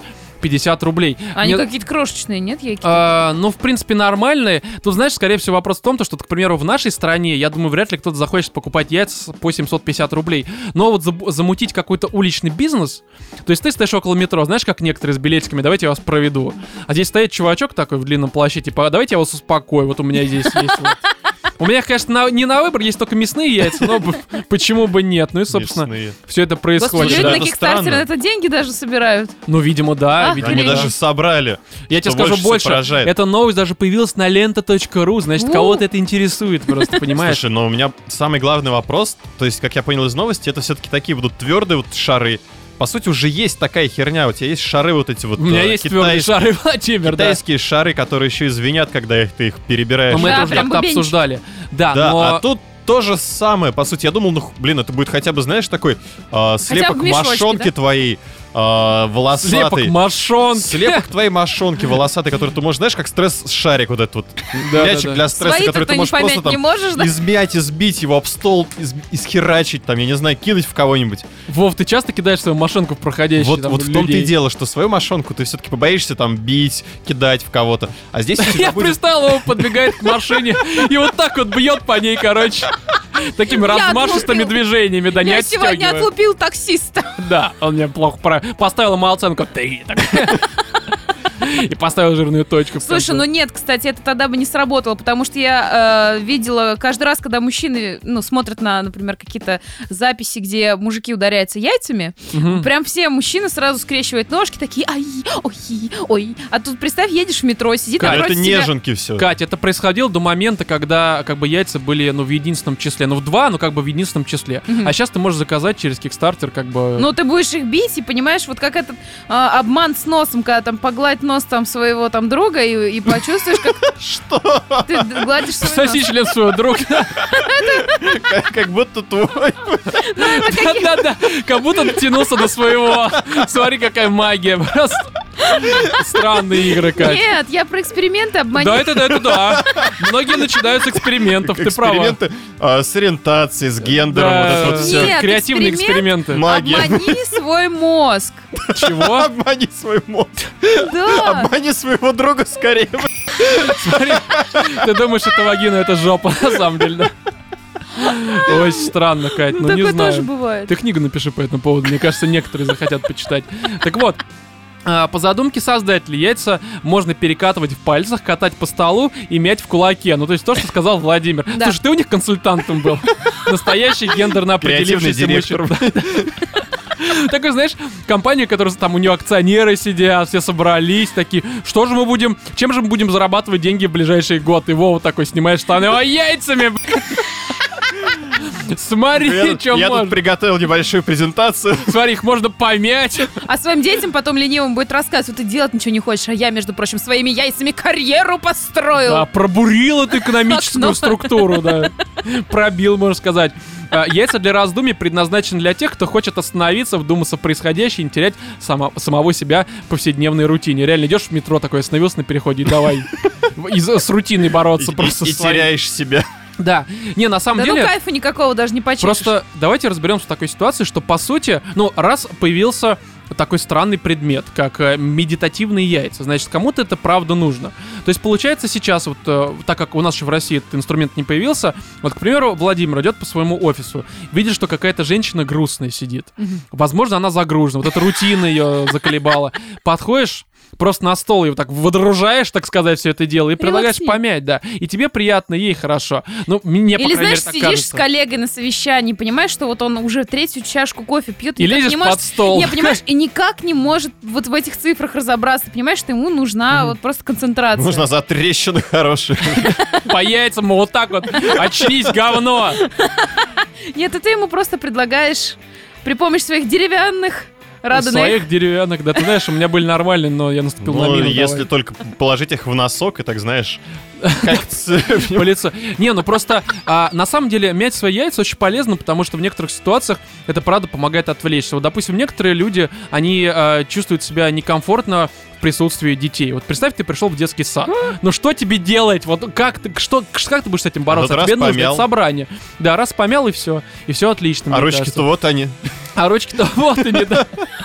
750 рублей. Они Мне- какие-то крошечные, нет, яйки? Ну, в принципе, нормальные. Тут, знаешь, скорее всего, вопрос в том, что, к примеру, в нашей стране, я думаю, вряд ли кто-то захочет покупать яйца по 750 рублей. Но вот замутить какой-то уличный бизнес, то есть ты стоишь около метро, знаешь, как некоторые с билетиками, давайте я вас проведу. А здесь стоит чувачок такой в длинном плаще, типа, давайте я вас успокою, вот у меня здесь есть вот. У меня, конечно, не на выбор, есть только мясные яйца, но почему бы нет? Ну и, собственно, Мясные. все это Господи, происходит. люди да, на это Кикстартере странно. на это деньги даже собирают. Ну, видимо, да. Ах, видимо, Они Блин. даже собрали. Я тебе что скажу больше, поражает. эта новость даже появилась на лента.ру, значит, У. кого-то это интересует просто, понимаешь? Слушай, но у меня самый главный вопрос, то есть, как я понял из новости, это все-таки такие будут твердые вот шары. По сути, уже есть такая херня, у тебя есть шары вот эти вот У меня есть твердые шары, Владимир, да. китайские шары, которые еще и звенят, когда ты их перебираешь. Но мы Да, это уже прям как-то бубенчики. обсуждали. Да, Да, но... а тут то же самое, по сути. Я думал, ну, блин, это будет хотя бы, знаешь, такой слепок в мешочке, мошонки да? твоей волосатой. Слепок мошонки. Слепок твоей мошонки волосатой, который ты можешь, знаешь, как стресс-шарик вот этот вот. Да, Мячик да, да. для стресса, Свои-то который ты ты не можешь просто помять там не можешь, да? измять, избить его об стол, исхерачить, там, я не знаю, кинуть в кого-нибудь. Вов, ты часто кидаешь свою мошонку в проходящие Вот, там вот в том-то и людей? дело, что свою мошонку ты все-таки побоишься там бить, кидать в кого-то. А здесь у тебя Я будет... представил, его подбегает к машине и вот так вот бьет по ней, короче. Такими размашистыми отлупил. движениями, да, не Я сегодня отстегивая. отлупил таксиста. Да, он мне плохо поставил ему оценку 3. И поставил жирную точку. в Слушай, конце. ну нет, кстати, это тогда бы не сработало, потому что я видела каждый раз, когда мужчины, ну, смотрят на, например, какие-то записи, где мужики ударяются яйцами, Мгм. прям все мужчины сразу скрещивают ножки, такие, ай, ой, ой. А тут, представь, едешь в метро, сидит А напротив это тебя- неженки все. Кать, это происходило до момента, когда как бы яйца были, ну, в единственном числе. Ну, в 2, но как бы в единственном числе. Мгм. А сейчас ты можешь заказать через Kickstarter, как бы... Ну, ты будешь их бить, и понимаешь, вот как этот обман с носом, когда там погладь нос там своего там друга, и почувствуешь, как Что? ты гладишь свой Соси нос. член своего друга. Как будто твой. Да-да-да, как будто он тянулся до своего. Смотри, какая магия. Просто странные игры, Кать. Нет, я про эксперименты обмани. Да, это да. Многие начинают с экспериментов, ты права. Эксперименты с ориентацией, с гендером, вот это вот Да, все. Нет, креативные эксперимент. эксперименты. Магия. Обмани свой мозг. Чего? Обмани свой мозг. Да. Обмани своего друга скорее. Смотри, ты думаешь, это вагина, это жопа, на самом деле, да? Очень странно, Кать, ну не Такое тоже знаю. бывает. Ты книгу напиши по этому поводу, мне кажется, некоторые захотят почитать. Так вот, по задумке создателей, яйца можно перекатывать в пальцах, катать по столу и мять в кулаке. Ну, то есть то, что сказал Владимир. Да. Слушай, ты у них консультантом был. Настоящий гендерно Креативный определившийся директор. мужчина. Такой, знаешь, компания, которая там у нее акционеры сидят, все собрались, такие, чем же мы будем зарабатывать деньги в ближайший год? И Вова такой снимает штаны, яйцами, блядь. Смотри, что Я тут можно. приготовил небольшую презентацию. Смотри, их можно помять. А своим детям потом ленивым будет рассказывать, вот ты делать ничего не хочешь, а я, между прочим, своими яйцами карьеру построил. Да, пробурил эту экономическую Окно. структуру, да. Пробил, можно сказать. Яйца для раздумий предназначены для тех, кто хочет остановиться, вдуматься в происходящее и не терять самого себя в повседневной рутине. Реально идешь в метро, такой остановился на переходе, и давай с рутиной бороться просто. И со своей. теряешь себя. Да. Не, на самом Да деле... ну кайфа никакого даже не почувствуешь. Просто давайте разберемся в такой ситуации, что по сути, раз появился такой странный предмет, как медитативные яйца, значит, кому-то это правда нужно. То есть, получается, сейчас, вот так как у нас еще в России этот инструмент не появился, вот, к примеру, Владимир идет по своему офису, видит, что какая-то женщина грустная сидит. Возможно, она загружена, вот эта рутина ее заколебала. Подходишь, просто на стол ее так водружаешь, так сказать, все это дело, и предлагаешь помять, да. И тебе приятно, ей хорошо. Ну, мне, по Или, крайней мере, знаешь, так сидишь кажется. с коллегой на совещании, понимаешь, что вот он уже 3-ю чашку кофе пьет, И никак лезешь не может... под стол. Не, понимаешь, и никак не может вот в этих цифрах разобраться. Понимаешь, что ему нужна вот просто концентрация. Нужно за трещины хорошие. По яйцам вот так вот. Очнись, говно! Нет, и ты ему просто предлагаешь при помощи своих деревянных раданых... Своих деревянных, да, ты знаешь, у меня были нормальные, но я наступил на Ну, мину. если только положить их в носок, и так, знаешь, как По лицу. Не, ну просто, на самом деле, мять свои яйца очень полезно, потому что в некоторых ситуациях это, правда, помогает отвлечься. Вот, допустим, некоторые люди, они чувствуют себя некомфортно в присутствии детей. Вот представь, ты пришел в детский сад. Ну что тебе делать? Вот как ты будешь с этим бороться? Вот раз Тебе нужно помял. это собрание. Да, раз помял, и все отлично. А мне ручки-то кажется. вот они. А ручки-то вот они, да.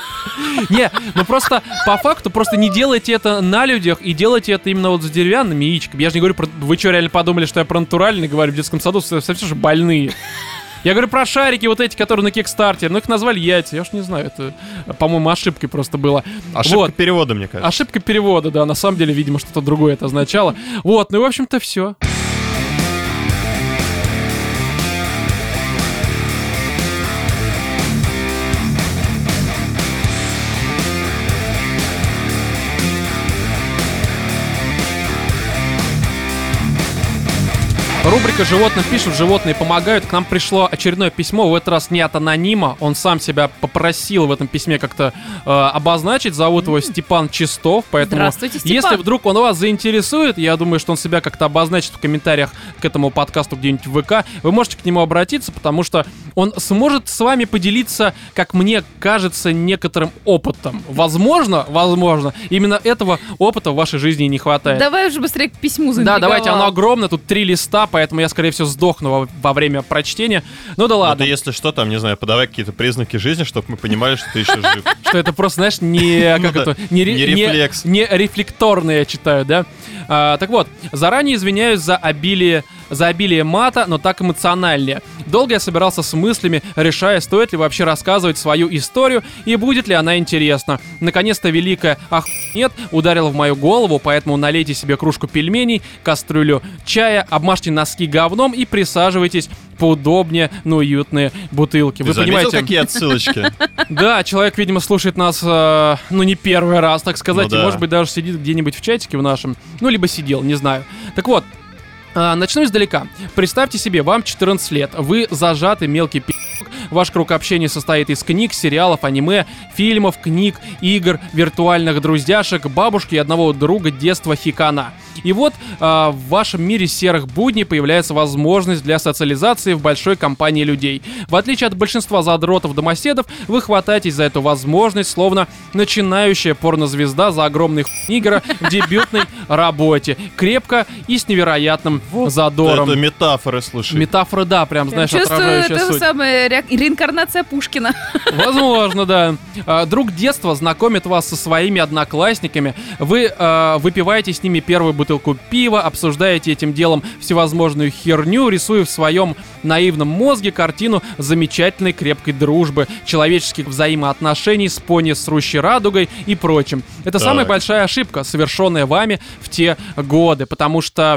Не, ну просто по факту просто не делайте это на людях и делайте это именно вот с деревянными яичками. Я же не говорю про... Вы что, реально подумали, что я про натуральный говорю в детском саду? Совсем же больные. Я говорю про шарики вот эти, которые на Кикстартере. Ну их назвали яйца. Я уж не знаю, это, по-моему, ошибкой просто было. Ошибка Вот. перевода, мне кажется. Ошибка перевода, да. На самом деле, видимо, что-то другое это означало. Вот, ну и в общем-то все. Рубрика «Животным пишут, животные помогают». К нам пришло очередное письмо, в этот раз не от анонима. Он сам себя попросил в этом письме как-то обозначить. Зовут его Степан Чистов. Поэтому, Здравствуйте, Степан. если вдруг он вас заинтересует, я думаю, что он себя как-то обозначит в комментариях к этому подкасту где-нибудь в ВК, вы можете к нему обратиться, потому что он сможет с вами поделиться, как мне кажется, некоторым опытом. Возможно, именно этого опыта в вашей жизни не хватает. Давай уже быстрее к письму Да, заинтриговал. давайте, оно огромное, тут 3 листа, поэтому я, скорее всего, сдохну во время прочтения. Ну да Ну, ладно, ты, если что, там, не знаю, подавай какие-то признаки жизни, чтобы мы понимали, что ты еще жив. что это просто, знаешь, не... Ну Как да, это? Не рефлекс. Не рефлекторно я читаю, да? Так вот, заранее извиняюсь за обилие мата, но так эмоциональнее. Долго я собирался с мыслями, решая, стоит ли вообще рассказывать свою историю и будет ли она интересна. Наконец-то великая нет ударила в мою голову, поэтому налейте себе кружку пельменей, кастрюлю чая, обмажьте носки говном и присаживайтесь поудобнее на уютные бутылки. Ты Вы заметил, понимаете? какие отсылочки? Да, человек, видимо, слушает нас, не первый раз, так сказать, Ну и, да. может быть, даже сидит где-нибудь в чатике в нашем, либо сидел, не знаю. Так вот, начну издалека. Представьте себе, вам 14 лет, вы зажатый мелкий пи***. Ваш круг общения состоит из книг, сериалов, аниме, фильмов, книг, игр, виртуальных друзьяшек, бабушки и одного друга детства Хикана. И вот в вашем мире серых будней появляется возможность для социализации в большой компании людей. В отличие от большинства задротов-домоседов, вы хватаетесь за эту возможность, словно начинающая порнозвезда за огромный игра в дебютной работе. Крепко и с невероятным задором. Это метафоры, слушай. Метафора, да, прям, знаешь, Чувствую, отражающая это суть. самая реинкарнация Пушкина. Возможно, да. Друг детства знакомит вас со своими одноклассниками. Вы выпиваете с ними первую бутылку пива, обсуждаете этим делом всевозможную херню, рисуя в своем наивном мозге картину замечательной крепкой дружбы, человеческих взаимоотношений с пони с рущей радугой и прочим. Это Так. самая большая ошибка, совершенная вами в те годы, потому что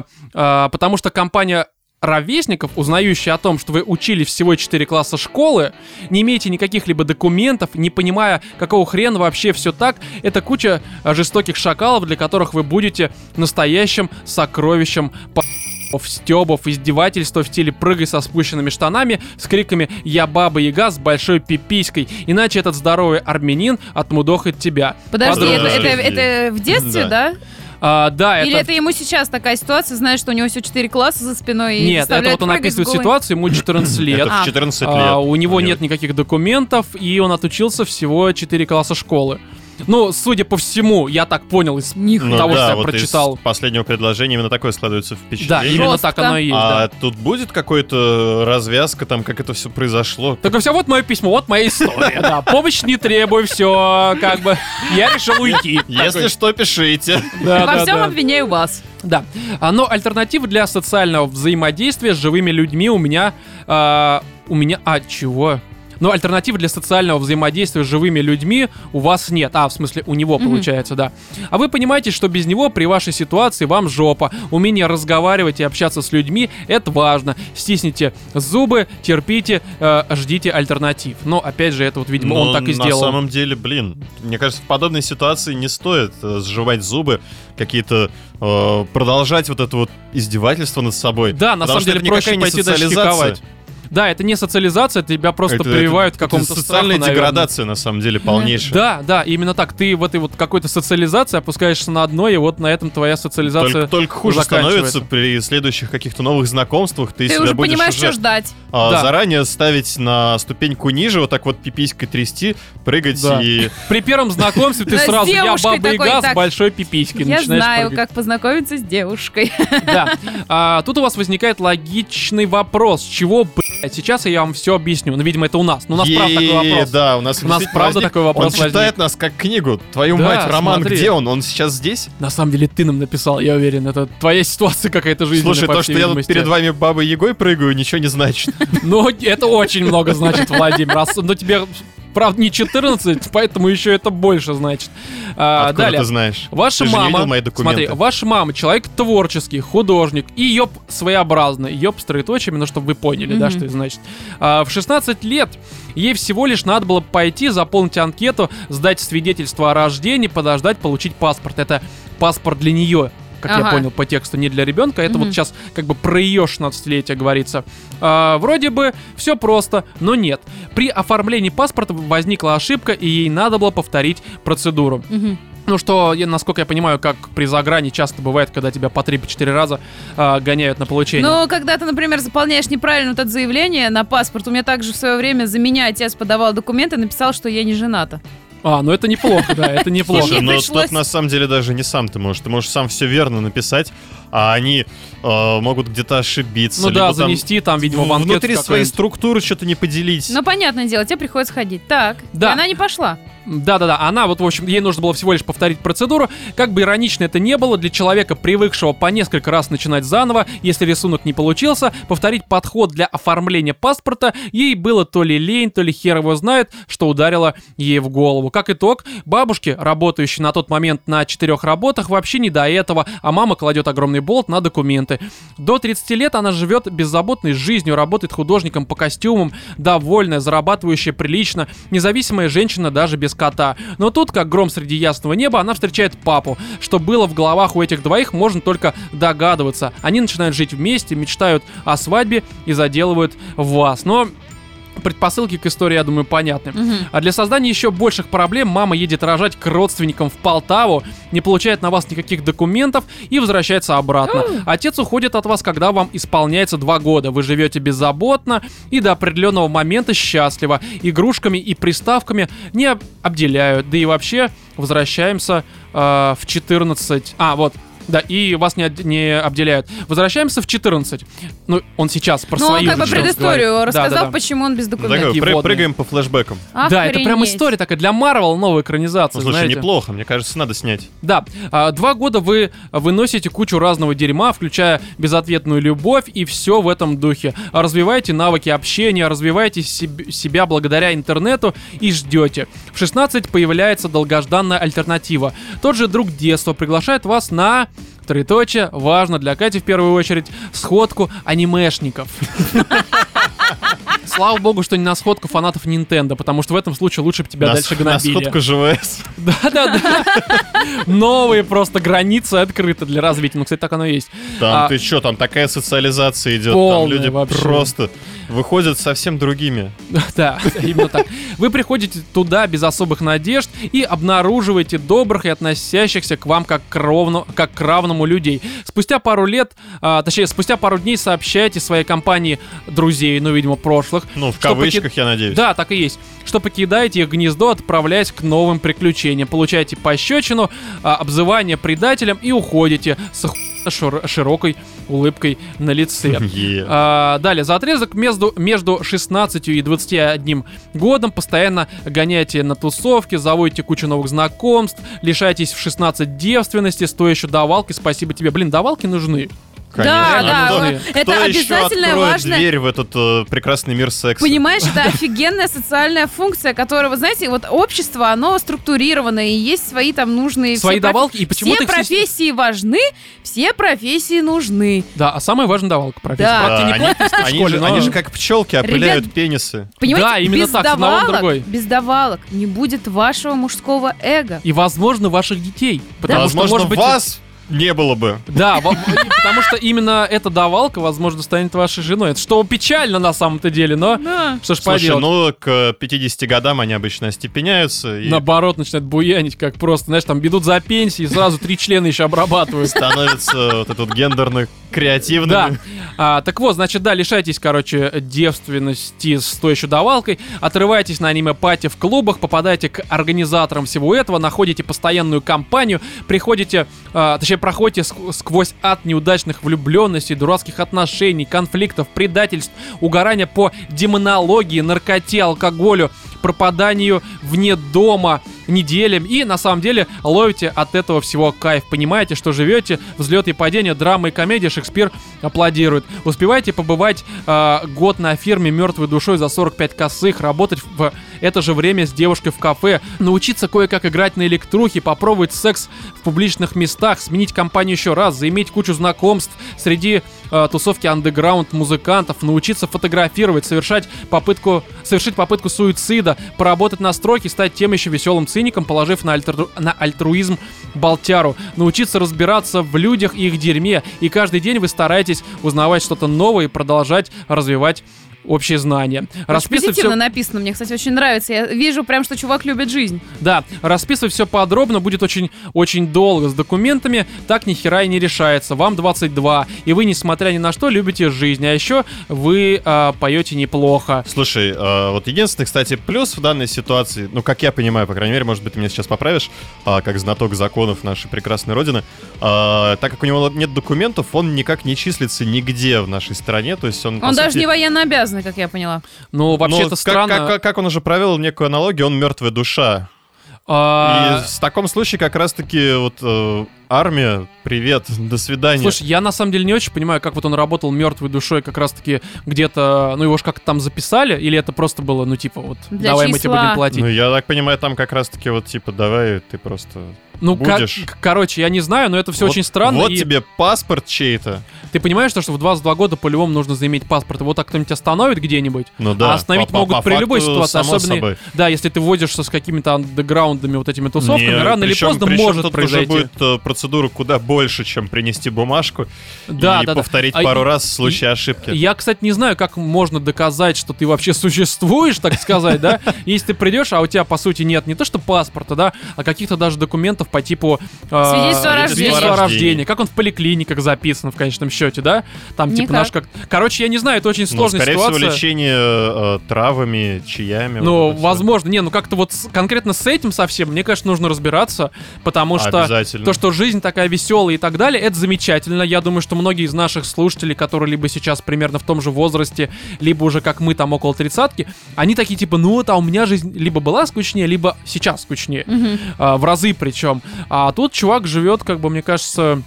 компания ровесников, узнающие о том, что вы учили всего 4 класса школы, не имеете никаких либо документов, не понимая, какого хрена вообще все так, это куча жестоких шакалов, для которых вы будете настоящим сокровищем стёбов, издевательства в стиле «прыгай со спущенными штанами» с криками «я баба-яга с большой пиписькой, иначе этот здоровый армянин отмудохает тебя». Подожди, это в детстве, да? Да, Или это ему сейчас такая ситуация, знаешь, что у него всего 4 класса за спиной? Нет, это вот он описывает ситуацию, ему 14 лет. Это в 14 лет. У него нет никаких документов, и он отучился всего 4 класса школы. Ну, судя по всему, я так понял из того, что я прочитал. Из последнего предложения именно такое складывается впечатление. Да, именно так оно и есть. А тут будет какая-то развязка, там, как это все произошло? Так все, вот мое письмо, вот моя история, да. Помощь не требую, все, как бы, я решил уйти. Если что, пишите. Во всем обвиняю вас. Да, но альтернатива для социального взаимодействия с живыми людьми у меня... чего? Но альтернативы для социального взаимодействия с живыми людьми у вас нет. В смысле, у него получается, да. А вы понимаете, что без него при вашей ситуации вам жопа. Умение разговаривать и общаться с людьми — это важно. Стисните зубы, терпите, ждите альтернатив. Но, опять же, это вот, видимо, он так и сделал. На самом деле, мне кажется, в подобной ситуации не стоит сживать зубы, какие-то продолжать вот это вот издевательство над собой. Да, на самом деле проще пойти дальше шиковать. Да, это не социализация, тебя просто прививают к какому-то страху, социальная деградация, на самом деле, полнейшая. Да, именно так. Ты в этой вот какой-то социализации опускаешься на дно, и вот на этом твоя социализация Только хуже становится при следующих каких-то новых знакомствах. Ты себя уже будешь понимаешь, что ждать. Заранее ставить на ступеньку ниже, вот так вот пиписькой трясти, прыгать и... При первом знакомстве ты сразу «я баба-яга с большой пиписькой». Я знаю, как познакомиться с девушкой. Да. Тут у вас возникает логичный вопрос. Чего, сейчас я вам все объясню. Ну, видимо, это у нас. Ну, у нас правда такой вопрос. Да, у нас правда такой вопрос возник. Он читает нас как книгу. Твою мать, Роман, где он? Он сейчас здесь? На самом деле, ты нам написал, я уверен. Это твоя ситуация какая-то жизненная. Слушай, то, что я тут перед вами бабой Ягой прыгаю, ничего не значит. Ну, это очень много значит, Владимир. Но тебе... Правда, не 14, поэтому еще это больше, значит. Откуда далее. Ты знаешь? Ваша ты мама, же не видел мои документы. Смотри, ваша мама человек творческий, художник и ёб своеобразный. Ёб с троеточиями, ну, чтобы вы поняли, да, что это значит. В 16 лет ей всего лишь надо было пойти, заполнить анкету, сдать свидетельство о рождении, подождать, получить паспорт. Это паспорт для нее. Как я понял по тексту, не для ребенка. Это вот сейчас как бы про ее 16-летие говорится. Вроде бы все просто, но нет. При оформлении паспорта возникла ошибка, и ей надо было повторить процедуру. Ну что, насколько я понимаю, как при заграни часто бывает, когда тебя по 3-4 раза гоняют на получение. Ну, когда ты, например, заполняешь неправильно вот это заявление на паспорт, у меня также в свое время за меня отец подавал документы, написал, что я не жената. Ну это неплохо, да, это неплохо. Слушай, но тут на самом деле даже не сам ты можешь сам все верно написать, а они могут где-то ошибиться. Ну да, занести там, видимо, в анкету. Внутри своей структуры что-то не поделить. Ну понятное дело, тебе приходится ходить. Так, да. И она не пошла. Да, она вот, в общем, ей нужно было всего лишь повторить процедуру. Как бы иронично это не было, для человека, привыкшего по несколько раз начинать заново, если рисунок не получился, повторить подход для оформления паспорта ей было то ли лень, то ли хер его знает, что ударило ей в голову. Как итог, бабушке, работающей на тот момент на 4 работах, вообще не до этого, а мама кладет огромный болт на документы. До 30 лет она живет беззаботной жизнью, работает художником по костюмам, довольная, зарабатывающая прилично, независимая женщина даже без кота. Но тут, как гром среди ясного неба, она встречает папу. Что было в головах у этих двоих, можно только догадываться. Они начинают жить вместе, мечтают о свадьбе и заделывают вас. Но предпосылки к истории, я думаю, понятны. А для создания еще больших проблем мама едет рожать к родственникам в Полтаву, не получает на вас никаких документов и возвращается обратно. Отец уходит от вас, когда вам исполняется 2 года. Вы живете беззаботно и до определенного момента счастливо. Игрушками и приставками не обделяют. Да и вообще возвращаемся в 14... Да, и вас не обделяют. Возвращаемся в 14. Ну, он сейчас про свою... Ну, он как бы предысторию рассказал, да. почему он без документов. Прыгаем по флешбекам. Да, это прям история такая для Марвел, новая экранизация, слушай, знаете. Неплохо, мне кажется, надо снять. Да, 2 года вы выносите кучу разного дерьма, включая безответную любовь и все в этом духе. Развиваете навыки общения, развиваете себя благодаря интернету и ждете. В 16 появляется долгожданная альтернатива. Тот же друг детства приглашает вас на... Троеточие, важно для Кати в первую очередь, сходку анимешников. Слава богу, что не на сходку фанатов Nintendo, потому что в этом случае лучше бы тебя дальше гнобили. На сходку ЖВС. Да. Новые просто границы открыты для развития. Ну, кстати, так оно и есть. Там ты что, там такая социализация идет. Там люди вообще просто выходят совсем другими. Да, именно так. Вы приходите туда без особых надежд и обнаруживаете добрых и относящихся к вам как к равному людей. Спустя пару дней сообщаете своей компании друзей, ну, видимо, прошлых. Ну, в кавычках, я надеюсь. Да, так и есть. Что покидаете их гнездо, отправляясь к новым приключениям. Получаете пощечину, обзывание предателем и уходите с широкой улыбкой на лице. Далее, за отрезок между 16 и 21 годом постоянно гоняете на тусовки, заводите кучу новых знакомств, лишаетесь в 16 девственности, стоя еще давалки. Спасибо тебе. Блин, давалки нужны. Конечно. Да. Это обязательно важно. Дверь в этот прекрасный мир секса. Понимаешь, это офигенная социальная функция, которая, вы знаете, вот общество, оно структурировано, и есть свои там нужные... Свои давалки, и почему-то... Все профессии важны, все профессии нужны. Да, а самая важная давалка профессия. Да. Они же как пчелки опыляют пенисы. Понимаете, да, именно так, одного на другой. Без давалок не будет вашего мужского эго. И, возможно, ваших детей. Потому что, может быть, вас... не было бы. Да, потому что именно эта давалка, возможно, станет вашей женой. Это что печально на самом-то деле, но что ж поделать. Слушай, к 50 годам они обычно остепеняются. Наоборот, начинают буянить, как просто, знаешь, там идут за пенсией, сразу 3 члена еще обрабатывают. Становятся вот этот гендерно креативными. Да. Так вот, значит, да, лишайтесь, девственности с той еще давалкой, отрываетесь на аниме-пати в клубах, попадаете к организаторам всего этого, находите постоянную компанию, проходите сквозь ад неудачных влюбленностей, дурацких отношений, конфликтов, предательств, угорания по демонологии, наркоте, алкоголю, пропаданию вне дома неделям, и на самом деле ловите от этого всего кайф. Понимаете, что живете, взлет и падение, драма и комедия, Шекспир аплодирует. Успеваете побывать год на фирме мертвой душой за 45 косых, работать в это же время с девушкой в кафе, научиться кое-как играть на электрухе, попробовать секс в публичных местах, сменить компанию еще раз, заиметь кучу знакомств среди тусовки андеграунд музыкантов, научиться фотографировать, совершить попытку суицида, поработать на стройке, стать тем еще веселым циником, положив на альтруизм болтяру, научиться разбираться в людях и их дерьме, и каждый день вы стараетесь узнавать что-то новое и продолжать развивать общие знания. Позитивно написано, мне, кстати, очень нравится. Я вижу прям, что чувак любит жизнь. Да, расписывать все подробно будет очень долго. С документами так ни хера и не решается. Вам 22, и вы, несмотря ни на что, любите жизнь. А еще вы поете неплохо. Слушай, вот единственный, кстати, плюс в данной ситуации, ну, как я понимаю, по крайней мере, может быть, ты меня сейчас поправишь, как знаток законов нашей прекрасной родины, так как у него нет документов, он никак не числится нигде в нашей стране. То есть он даже не военно обязан, как я поняла. Ну, вообще-то странно. Как он уже провел некую аналогию, он мертвая душа. И в таком случае как раз-таки вот армия, привет, до свидания. Слушай, я на самом деле не очень понимаю, как вот он работал мертвой душой как раз-таки где-то, ну его ж как-то там записали, или это просто было, ну типа вот, для давай числа. Мы тебе будем платить. Ну я так понимаю, там как раз-таки вот типа давай ты просто будешь. Короче, я не знаю, но это все очень странно. Вот тебе паспорт чей-то. Ты понимаешь, что в 22 года по-любому нужно заиметь паспорт. Вот так кто-нибудь остановит где-нибудь, ну, да. А остановить могут при любой ситуации. Особенно, собой. Да, если ты водишься с какими-то андеграундами, вот этими тусовками, рано или поздно может произойти. Тут уже будет процедура куда больше, чем принести бумажку и повторить да. пару раз в случае ошибки. Я, кстати, не знаю, как можно доказать, что ты вообще существуешь, так сказать, да? Если ты придешь, а у тебя, по сути, нет не то что паспорта, да, а каких-то даже документов по типу свидетельства о рождении. Как он в поликлиниках записан в конечном счете, да? Там типа наш как... Короче, я не знаю, это очень сложная ситуация. Скорее всего, лечение травами, чаями. Ну, вот возможно. Не, ну как-то вот конкретно с этим совсем, мне, конечно, нужно разбираться, потому что то, что жизнь такая веселая и так далее, это замечательно. Я думаю, что многие из наших слушателей, которые либо сейчас примерно в том же возрасте, либо уже как мы там около 30-ки, они такие типа, ну вот, а у меня жизнь либо была скучнее, либо сейчас скучнее. В разы причем. А тут чувак живет, как бы, мне кажется...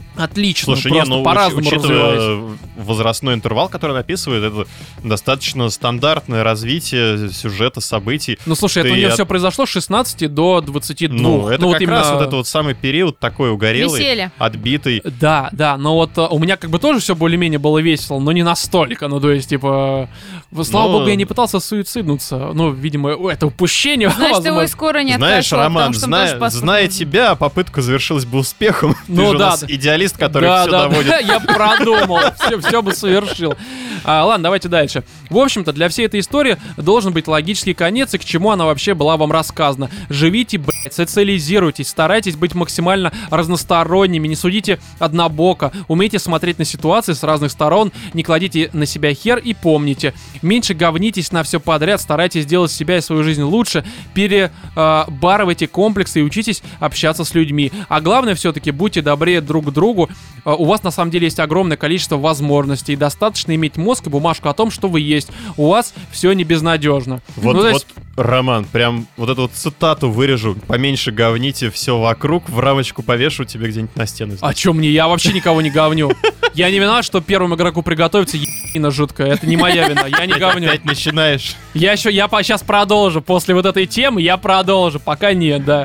отлично. Слушай, просто по-разному развиваюсь. учитывая возрастной интервал, который он описывает, это достаточно стандартное развитие сюжета, событий. Ну, слушай, это у него все произошло с 16 до 22. Ну, это вот как именно... раз вот этот вот самый период такой угорелый, Веселье. отбитый. Да, но вот у меня как бы тоже все более-менее было весело, но не настолько. Ну, то есть, типа, слава богу, я не пытался суициднуться. Ну, видимо, это упущение. Значит, его и скоро не Знаешь, откачивал, Роман, потому что он тоже зная тебя, попытка завершилась бы успехом. Ну, Ты же у да. нас идеалист, который все доводит. Я продумал, все бы совершил. Ладно, давайте дальше. В общем-то, для всей этой истории должен быть логический конец, и к чему она вообще была вам рассказана. Живите, блядь, социализируйтесь, старайтесь быть максимально разносторонними, не судите однобоко, умейте смотреть на ситуации с разных сторон, не кладите на себя хер и помните, меньше говнитесь на все подряд, старайтесь сделать себя и свою жизнь лучше, перебарывайте комплексы и учитесь общаться с людьми. А главное, все-таки будьте добрее друг к другу. У вас на самом деле есть огромное количество возможностей, достаточно иметь мозг и бумажку о том, что вы есть. У вас все не безнадежно. Вот, Роман, прям вот эту вот цитату вырежу. Поменьше говните все вокруг, в рамочку повешу тебе где-нибудь на стену. А чё мне? Я вообще никого не говню. Я не виноват, что первому игроку приготовиться ебаная жуткая. Это не моя вина, я не говню. Опять начинаешь. Я сейчас продолжу. После вот этой темы я продолжу. Пока нет, да.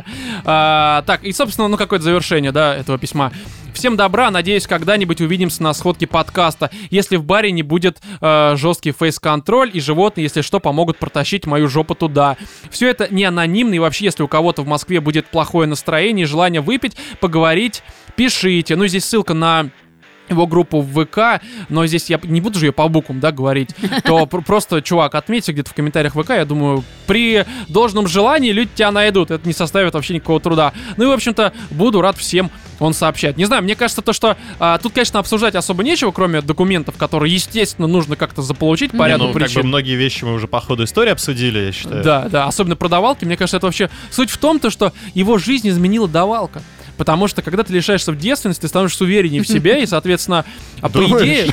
Так, и, собственно, какое-то завершение, да, этого письма. Всем добра, надеюсь, когда-нибудь увидимся на сходке подкаста. Если в баре не будет жесткий фейс-контроль, и животные, если что, помогут протащить мою жопу туда. Все это не анонимно, и вообще, если у кого-то в Москве будет плохое настроение, желание выпить, поговорить, пишите. Ну, здесь ссылка на его группу в ВК, но здесь я не буду же ее по буквам, да, говорить, то просто, чувак, отметьте где-то в комментариях ВК, я думаю, при должном желании люди тебя найдут, это не составит вообще никакого труда. Ну и, в общем-то, буду рад всем он сообщать. Не знаю, мне кажется, то, что тут, конечно, обсуждать особо нечего, кроме документов, которые, естественно, нужно как-то заполучить по ряду причин. Как бы многие вещи мы уже по ходу истории обсудили, я считаю. Да, особенно про давалки, мне кажется, это вообще... Суть в том, что его жизнь изменила давалка. Потому что, когда ты лишаешься в девственности, ты становишься увереннее в себе, и, соответственно, по идее...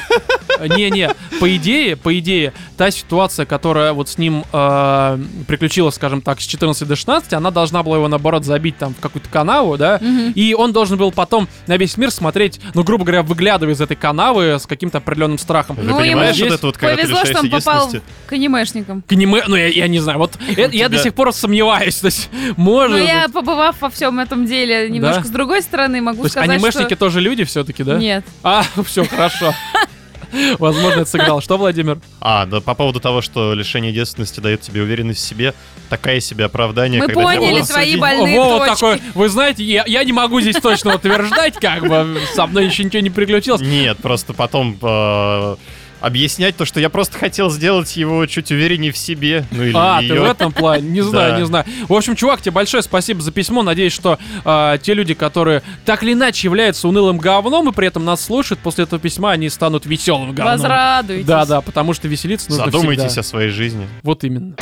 по идее, та ситуация, которая вот с ним приключилась, скажем так, с 14 до 16, она должна была его, наоборот, забить там в какую-то канаву, да, и он должен был потом на весь мир смотреть, ну, грубо говоря, выглядывая из этой канавы с каким-то определенным страхом. Ты понимаешь, вот это вот, когда ты повезло, что он попал к анимешникам. Ну, я не знаю, вот я до сих пор сомневаюсь, то есть, может быть. Ну, я, побывав во всем этом деле немножко с другой стороны, могу сказать, что... анимешники тоже люди все-таки, да? Нет. Все, хорошо. Возможно, это сыграл. Что, Владимир? Да, по поводу того, что лишение девственности дает тебе уверенность в себе, такая себе оправдание. Мы поняли твои больные Вова точки. такой, вы знаете, я не могу здесь точно утверждать, как бы, со мной еще ничего не приключилось. Нет, просто потом... объяснять то, что я просто хотел сделать его чуть увереннее в себе. Ну, или ты в этом плане? Не знаю. В общем, чувак, тебе большое спасибо за письмо. Надеюсь, что те люди, которые так или иначе являются унылым говном и при этом нас слушают, после этого письма они станут веселым говном. Возрадуйтесь. Да, потому что веселиться нужно всегда. Задумайтесь о своей жизни. Вот именно.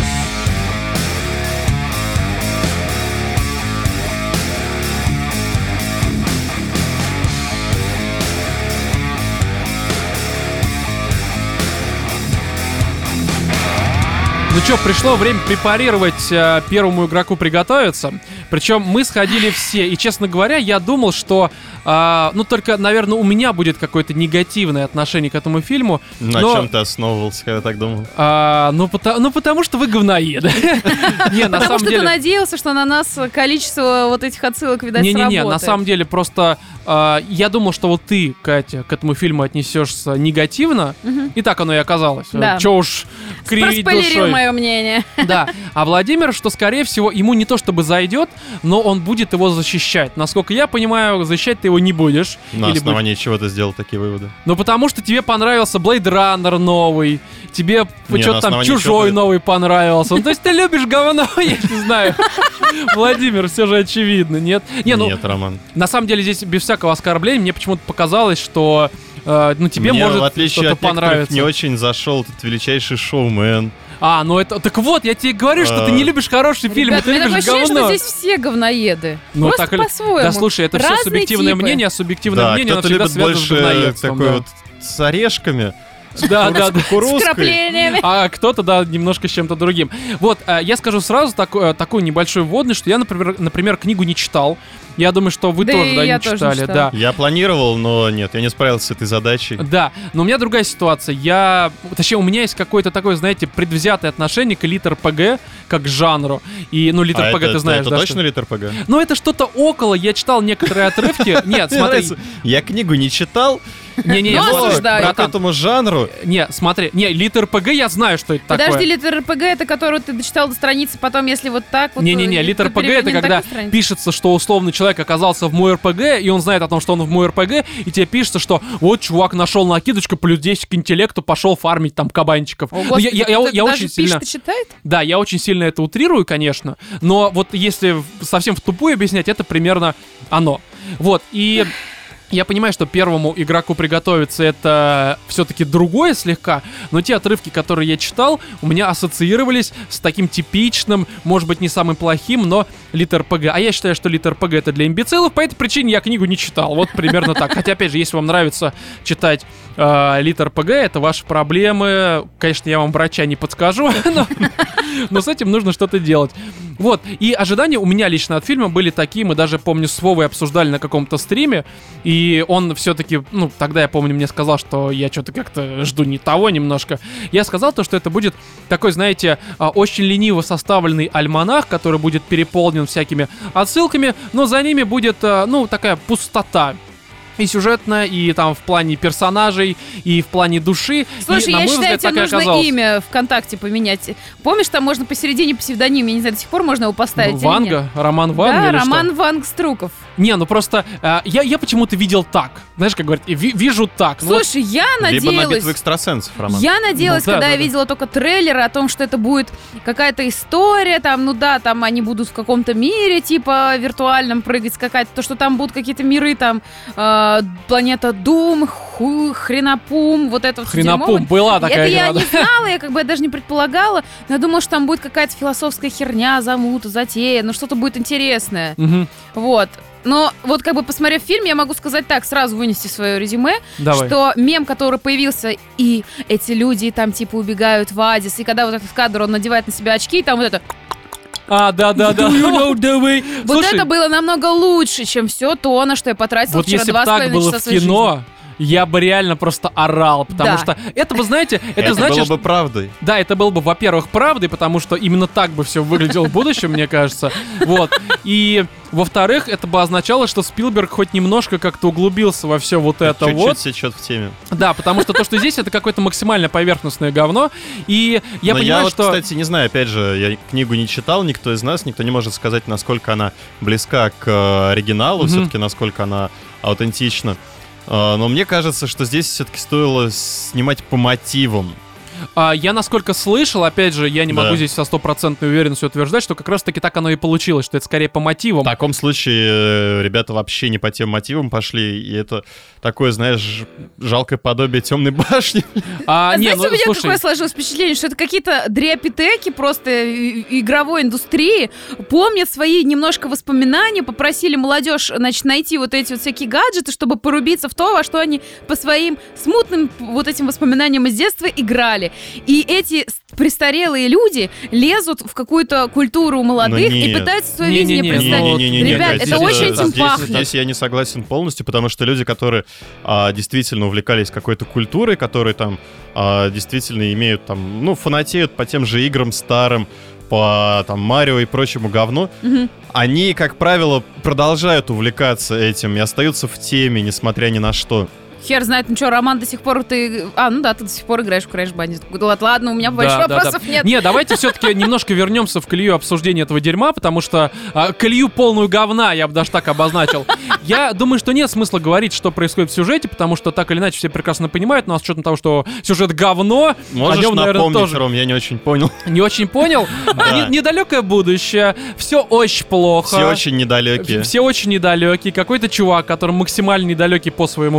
Ну что, пришло время препарировать первому игроку приготовиться. Причем мы сходили все. И, честно говоря, я думал, что... только, наверное, у меня будет какое-то негативное отношение к этому фильму. На чем ты основывался, когда так думал? Потому что вы говноеды. Потому что ты надеялся, что на нас количество вот этих отсылок, видать, сработает. Не, на самом деле, просто я думал, что вот ты, Катя, к этому фильму отнесешься негативно, и так оно и оказалось. Че уж кривить душой. Мое мнение. Да, а Владимир, что, скорее всего, ему не то чтобы зайдет, но он будет его защищать. Насколько я понимаю, защищать ты его не будешь. На основании чего ты сделал такие выводы? Ну, потому что тебе понравился Blade Runner новый, тебе что-то там Чужой новый понравился. Ну, то есть ты любишь говно, я не знаю. Владимир, все же очевидно, нет? Нет, Роман. На самом деле, здесь без всякого оскорбления, мне почему-то показалось, что тебе мне, может в отличие что-то от понравиться. Не очень зашел этот величайший шоумен. Так вот, я тебе говорю, что ты не любишь хорошие фильмы, ты любишь говно. Что здесь все говноеды. Просто по-своему. Да, слушай, это все субъективное мнение, а субъективное мнение, оно всегда связано с говноедством. Такой вот с орешками, Да. С вкраплениями. А кто-то, да, немножко с чем-то другим. Вот, я скажу сразу такой небольшой вводный, что я, например, книгу не читал. Я думаю, что вы тоже, да, не читали. Да. Я планировал, но нет, я не справился с этой задачей. Да, но у меня другая ситуация. Точнее, у меня есть какое-то такое, знаете, предвзятое отношение к литр-ПГ, как к жанру. И, литр-ПГ ты знаешь, это да? точно литр-ПГ? Ну, это что-то около. Я читал некоторые отрывки. Нет, смотри. Я книгу не читал. Не-не, к этому жанру. Не, смотри. Не, литр-ПГ я знаю, что это такое. Подожди, литр-ПГ это которую ты дочитал до страницы, потом, если вот так вот... Не-не-не, литр-ПГ это когда пишется, что условный человек оказался в мой РПГ, и он знает о том, что он в мой РПГ, и тебе пишется, что вот чувак нашел накидочку, плюс 10 к интеллекту, пошел фармить там кабанчиков. О, Господи, я очень сильно... пишет и читает? Да, я очень сильно это утрирую, конечно, но вот если совсем в тупую объяснять, это примерно оно. Вот, и... Я понимаю, что первому игроку приготовиться это все-таки другое слегка, но те отрывки, которые я читал, у меня ассоциировались с таким типичным, может быть, не самым плохим, но литр-ПГ. А я считаю, что литр-ПГ это для имбецилов, по этой причине я книгу не читал. Вот примерно так. Хотя, опять же, если вам нравится читать литр-ПГ, это ваши проблемы. Конечно, я вам врача не подскажу, но с этим нужно что-то делать. Вот, и ожидания у меня лично от фильма были такие, мы даже, помню, с Вовой обсуждали на каком-то стриме, и он все-таки, тогда я помню, мне сказал, что я что-то как-то жду не того немножко. Я сказал то, что это будет такой, знаете, очень лениво составленный альманах, который будет переполнен всякими отсылками, но за ними будет, такая пустота. И сюжетно, и там в плане персонажей, и в плане души. Слушай, и, на я мой считаю, взгляд, тебе так и нужно оказалось. имя ВКонтакте поменять. Помнишь, там можно посередине псевдоним, я не знаю, до сих пор можно его поставить или Ванга? нет? Роман Ванга Да, или Роман что? Ванг Струков. Не, просто я почему-то видел так. Знаешь, как говорят, вижу так. Слушай, я Либо на надеялась... битву экстрасенсов, Роман. Я надеялась, когда я да. видела только трейлеры о том, что это будет какая-то история, там, там они будут в каком-то мире, типа, виртуальном прыгать, скакать, то, что там будут какие-то миры, там, планета Дум, Хренопум, вот это вот Хренопум, была такая это игра. я не знала, я даже не предполагала, но я думала, что там будет какая-то философская херня, замута, затея, что-то будет интересное. Мгм. Вот. Но вот посмотрев фильм, я могу сказать так, сразу вынести свое резюме, Давай. что мем, который появился, и эти люди там типа убегают в Адис, и когда вот этот кадр, он надевает на себя очки, и там вот это... Да. Вот это было намного лучше, чем все то, на что я потратила Вот вчера если бы 2,5 так было часа в своей кино, я бы реально просто орал, потому Да. что это бы, знаете, это Это значит, было бы правдой. да, это было бы, во-первых, правдой, потому что именно так бы все выглядело в будущем, мне кажется. Вот. И, во-вторых, это бы означало, что Спилберг хоть немножко как-то углубился во все вот это Чуть-чуть вот. сечет в теме. Да, потому что то, что здесь, это какое-то максимально поверхностное говно. И я Но понимаю, я что... кстати, не знаю, опять же, я книгу не читал, никто из нас, никто не может сказать, насколько она близка к оригиналу, все-таки насколько она аутентична. Но мне кажется, что здесь все-таки стоило снимать по мотивам. Я насколько слышал, опять же, я не могу Да. здесь со стопроцентной уверенностью утверждать, что как раз-таки так оно и получилось, что это скорее по мотивам. В таком случае ребята вообще не по тем мотивам пошли, и это такое, знаешь, жалкое подобие Темной башни. Знаете, у меня слушай, какое сложилось впечатление, что это какие-то дриопитеки просто игровой индустрии помнят свои немножко воспоминания, попросили молодежь, найти вот эти вот всякие гаджеты, чтобы порубиться в то, во что они по своим смутным вот этим воспоминаниям из детства играли. И эти престарелые люди лезут в какую-то культуру молодых и нет. пытаются свое видение Не-не-не, представить. Не-не-не, Ребят, Кать, это очень этим здесь пахнет. Здесь я не согласен полностью, потому что люди, которые действительно увлекались какой-то культурой, которые там действительно имеют там, фанатеют по тем же играм старым, по там Марио и прочему говну, они, как правило, продолжают увлекаться этим и остаются в теме, несмотря ни на что. Хер знает, Роман, до сих пор ты... ты до сих пор играешь в Crash Bandicoot. Ладно, у меня больше вопросов нет. Не, давайте все-таки немножко вернемся в колею обсуждения этого дерьма, потому что колею полную говна, я бы даже так обозначил. Я думаю, что нет смысла говорить, что происходит в сюжете, потому что так или иначе все прекрасно понимают, но с учетом того, что сюжет говно, Можешь о нем, наверное, напомнить, тоже Ром, я не очень понял. не очень понял. Да. Недалекое будущее, все очень плохо. Все очень недалекие. Все очень недалекие. Какой-то чувак, который максимально недалекий по своему поведению,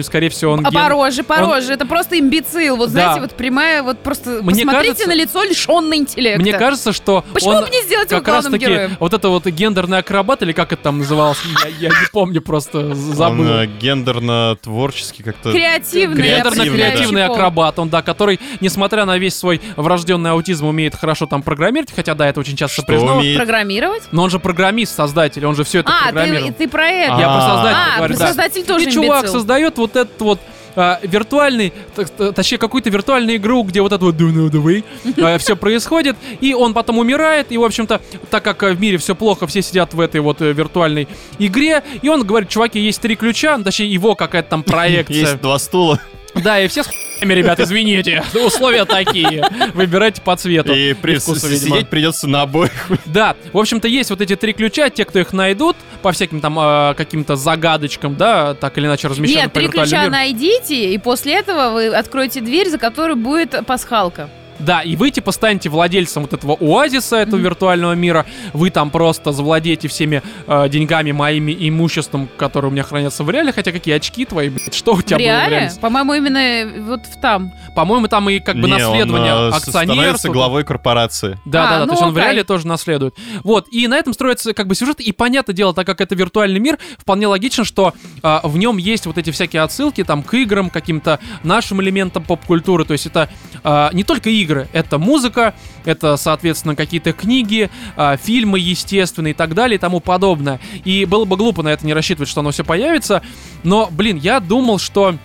скорее всего, он... По роже. Это просто имбецил. Вот, знаете, вот прямая, вот просто посмотрите на лицо, лишенное интеллекта. Мне кажется, что почему бы не сделать его главным героем? Вот это вот гендерный акробат, или как это там называлось? Я не помню, просто забыл. Он гендерно-творческий как-то... Гендерно-креативный акробат, он, да, который, несмотря на весь свой врожденный аутизм, умеет хорошо там программировать, хотя, да, это очень часто признано. Программировать? Но он же программист, создатель, он же все это программировал. Ты про это. Я про создателя говорю, да. Создатель тоже И чувак создает вот этот вот виртуальный, точнее, какую-то виртуальную игру, где вот это вот do know the way все происходит, и он потом умирает, и, в общем-то, так как в мире все плохо, все сидят в этой вот виртуальной игре, и он говорит, чуваки, есть 3 ключа, точнее, его какая-то там проекция. Есть 2 стула. Да, и все с хуями, ребят, извините, условия такие, выбирайте по цвету. И сидеть придется на обоих. Да, в общем-то, есть вот эти 3 ключа, те, кто их найдут, по всяким там каким-то загадочкам, да, так или иначе размещенным по виртуальному миру. Нет, 3 ключа найдите, и после этого вы откроете дверь, за которой будет пасхалка. Да, и вы типа станете владельцем вот этого оазиса, этого виртуального мира. Вы там просто завладеете всеми деньгами, моими имуществом, которые у меня хранятся в реале. Хотя какие очки твои, блядь, что у тебя было в реале? По-моему, именно вот там. По-моему, там и как бы наследование акционерства. Он становится главой корпорации. Да, то есть он в реале тоже наследует. Вот, и на этом строится как бы сюжет. И понятное дело, так как это виртуальный мир, вполне логично, что в нем есть вот эти всякие отсылки там к играм, каким-то нашим элементам поп-культуры. То есть это не только игры, это музыка, это, соответственно, какие-то книги, фильмы, естественно, и так далее, и тому подобное. И было бы глупо на это не рассчитывать, что оно все появится. Но, блин, я думал, что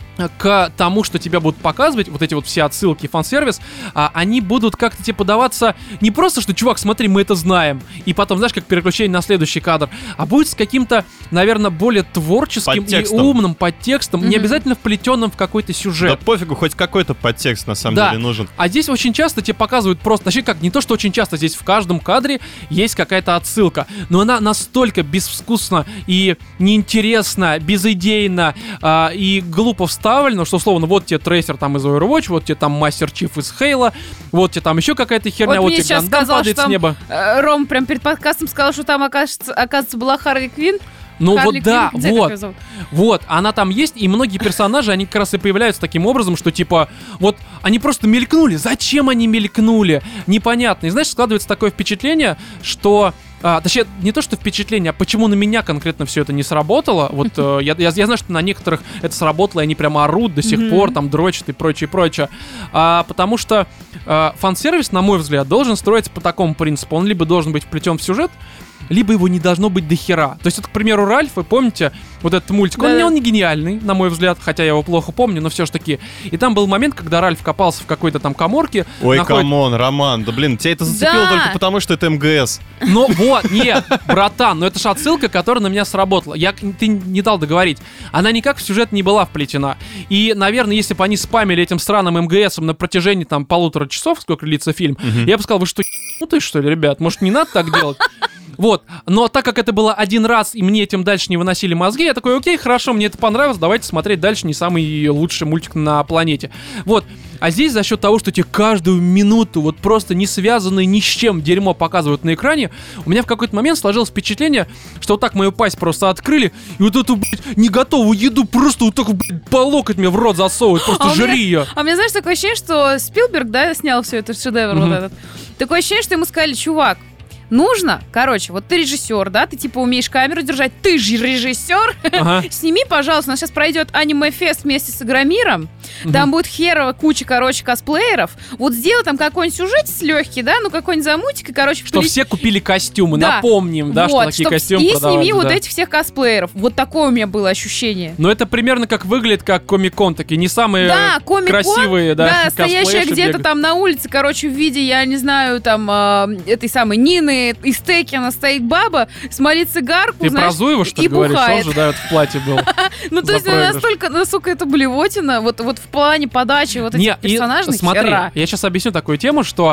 к тому, что тебя будут показывать, вот эти вот все отсылки и фан-сервис, они будут как-то тебе подаваться не просто, что, чувак, смотри, мы это знаем, и потом, знаешь, как переключение на следующий кадр, а будет с каким-то, наверное, более творческим подтекстом. И умным подтекстом, не обязательно вплетенным в какой-то сюжет. Да пофигу, хоть какой-то подтекст на самом деле нужен. А здесь очень часто тебе показывают просто, точнее как, не то, что очень часто, здесь в каждом кадре есть какая-то отсылка, но она настолько безвкусна и неинтересна, безидейна и глупо вставлена, что, условно, вот тебе трейсер там из Overwatch, вот тебе там Мастер Чиф из Хейла, вот тебе там еще какая-то херня, вот тебе Гандам падает с неба. Ром прям перед подкастом сказал, что там, оказывается, была Харли Квинн. Ну Харли вот да, Квинн, вот, она там есть, и многие персонажи, они как раз и появляются таким образом, что типа, вот, они просто мелькнули, зачем они мелькнули, непонятно. И знаешь, складывается такое впечатление, что... точнее, не то, что впечатление, а почему на меня конкретно все это не сработало. Вот я знаю, что на некоторых это сработало, и они прямо орут до сих пор, там дрочат и прочее. Потому что фан-сервис, на мой взгляд, должен строиться по такому принципу. Он либо должен быть вплетен в сюжет, либо его не должно быть дохера. То есть, вот, к примеру, Ральф, вы помните, вот этот мультик, он не гениальный, на мой взгляд, хотя я его плохо помню, но все ж таки. И там был момент, когда Ральф копался в какой-то там каморке. Ой, камон, Роман, да блин, тебя это зацепило только потому, что это МГС. Ну вот, нет, братан, но это же отсылка, которая на меня сработала. Ты не дал договорить. Она никак в сюжет не была вплетена. И, наверное, если бы они спамили этим сраным МГСом на протяжении там 1,5 часов, сколько длится фильм, я бы сказал, вы что, ебанутые, что ли, ребят? Может, не надо так делать? Вот, но так как это было один раз, и мне этим дальше не выносили мозги, я такой, окей, хорошо, мне это понравилось, давайте смотреть дальше не самый лучший мультик на планете. Вот, а здесь за счет того, что тебе каждую минуту вот просто не связанное ни с чем дерьмо показывают на экране, у меня в какой-то момент сложилось впечатление, что вот так мою пасть просто открыли, и вот эту, блядь, не готовую еду просто вот так, блядь, по локоть мне в рот засовывают, просто жри ее. А у меня, знаешь, такое ощущение, что Спилберг, да, снял все это, шедевр вот этот. Такое ощущение, что ему сказали, чувак, нужно, короче, вот ты режиссер, да, ты типа умеешь камеру держать, ты же режиссер, сними, пожалуйста, у нас сейчас пройдет аниме-фест вместе с Игромиром, там будет херово куча, короче, косплееров, вот сделай там какой-нибудь сюжет легкий, да, ну какой-нибудь замутик, и, короче... Что все купили костюмы, напомним, да, вот, что такие костюмы и продавали. И сними вот этих всех косплееров, вот такое у меня было ощущение. Но это примерно как выглядит, как Комик-кон, такие не самые красивые, да, стоящие где-то там на улице, короче, в виде, я не знаю, там, этой самой Нины, из Текена стоит баба, смолит цигарку, ты про Зуева, что ли, говоришь? Он же, да, вот в платье был. Ну, то есть, насколько это блевотина, вот в плане подачи вот этих персонажей. Смотри, я сейчас объясню такую тему, что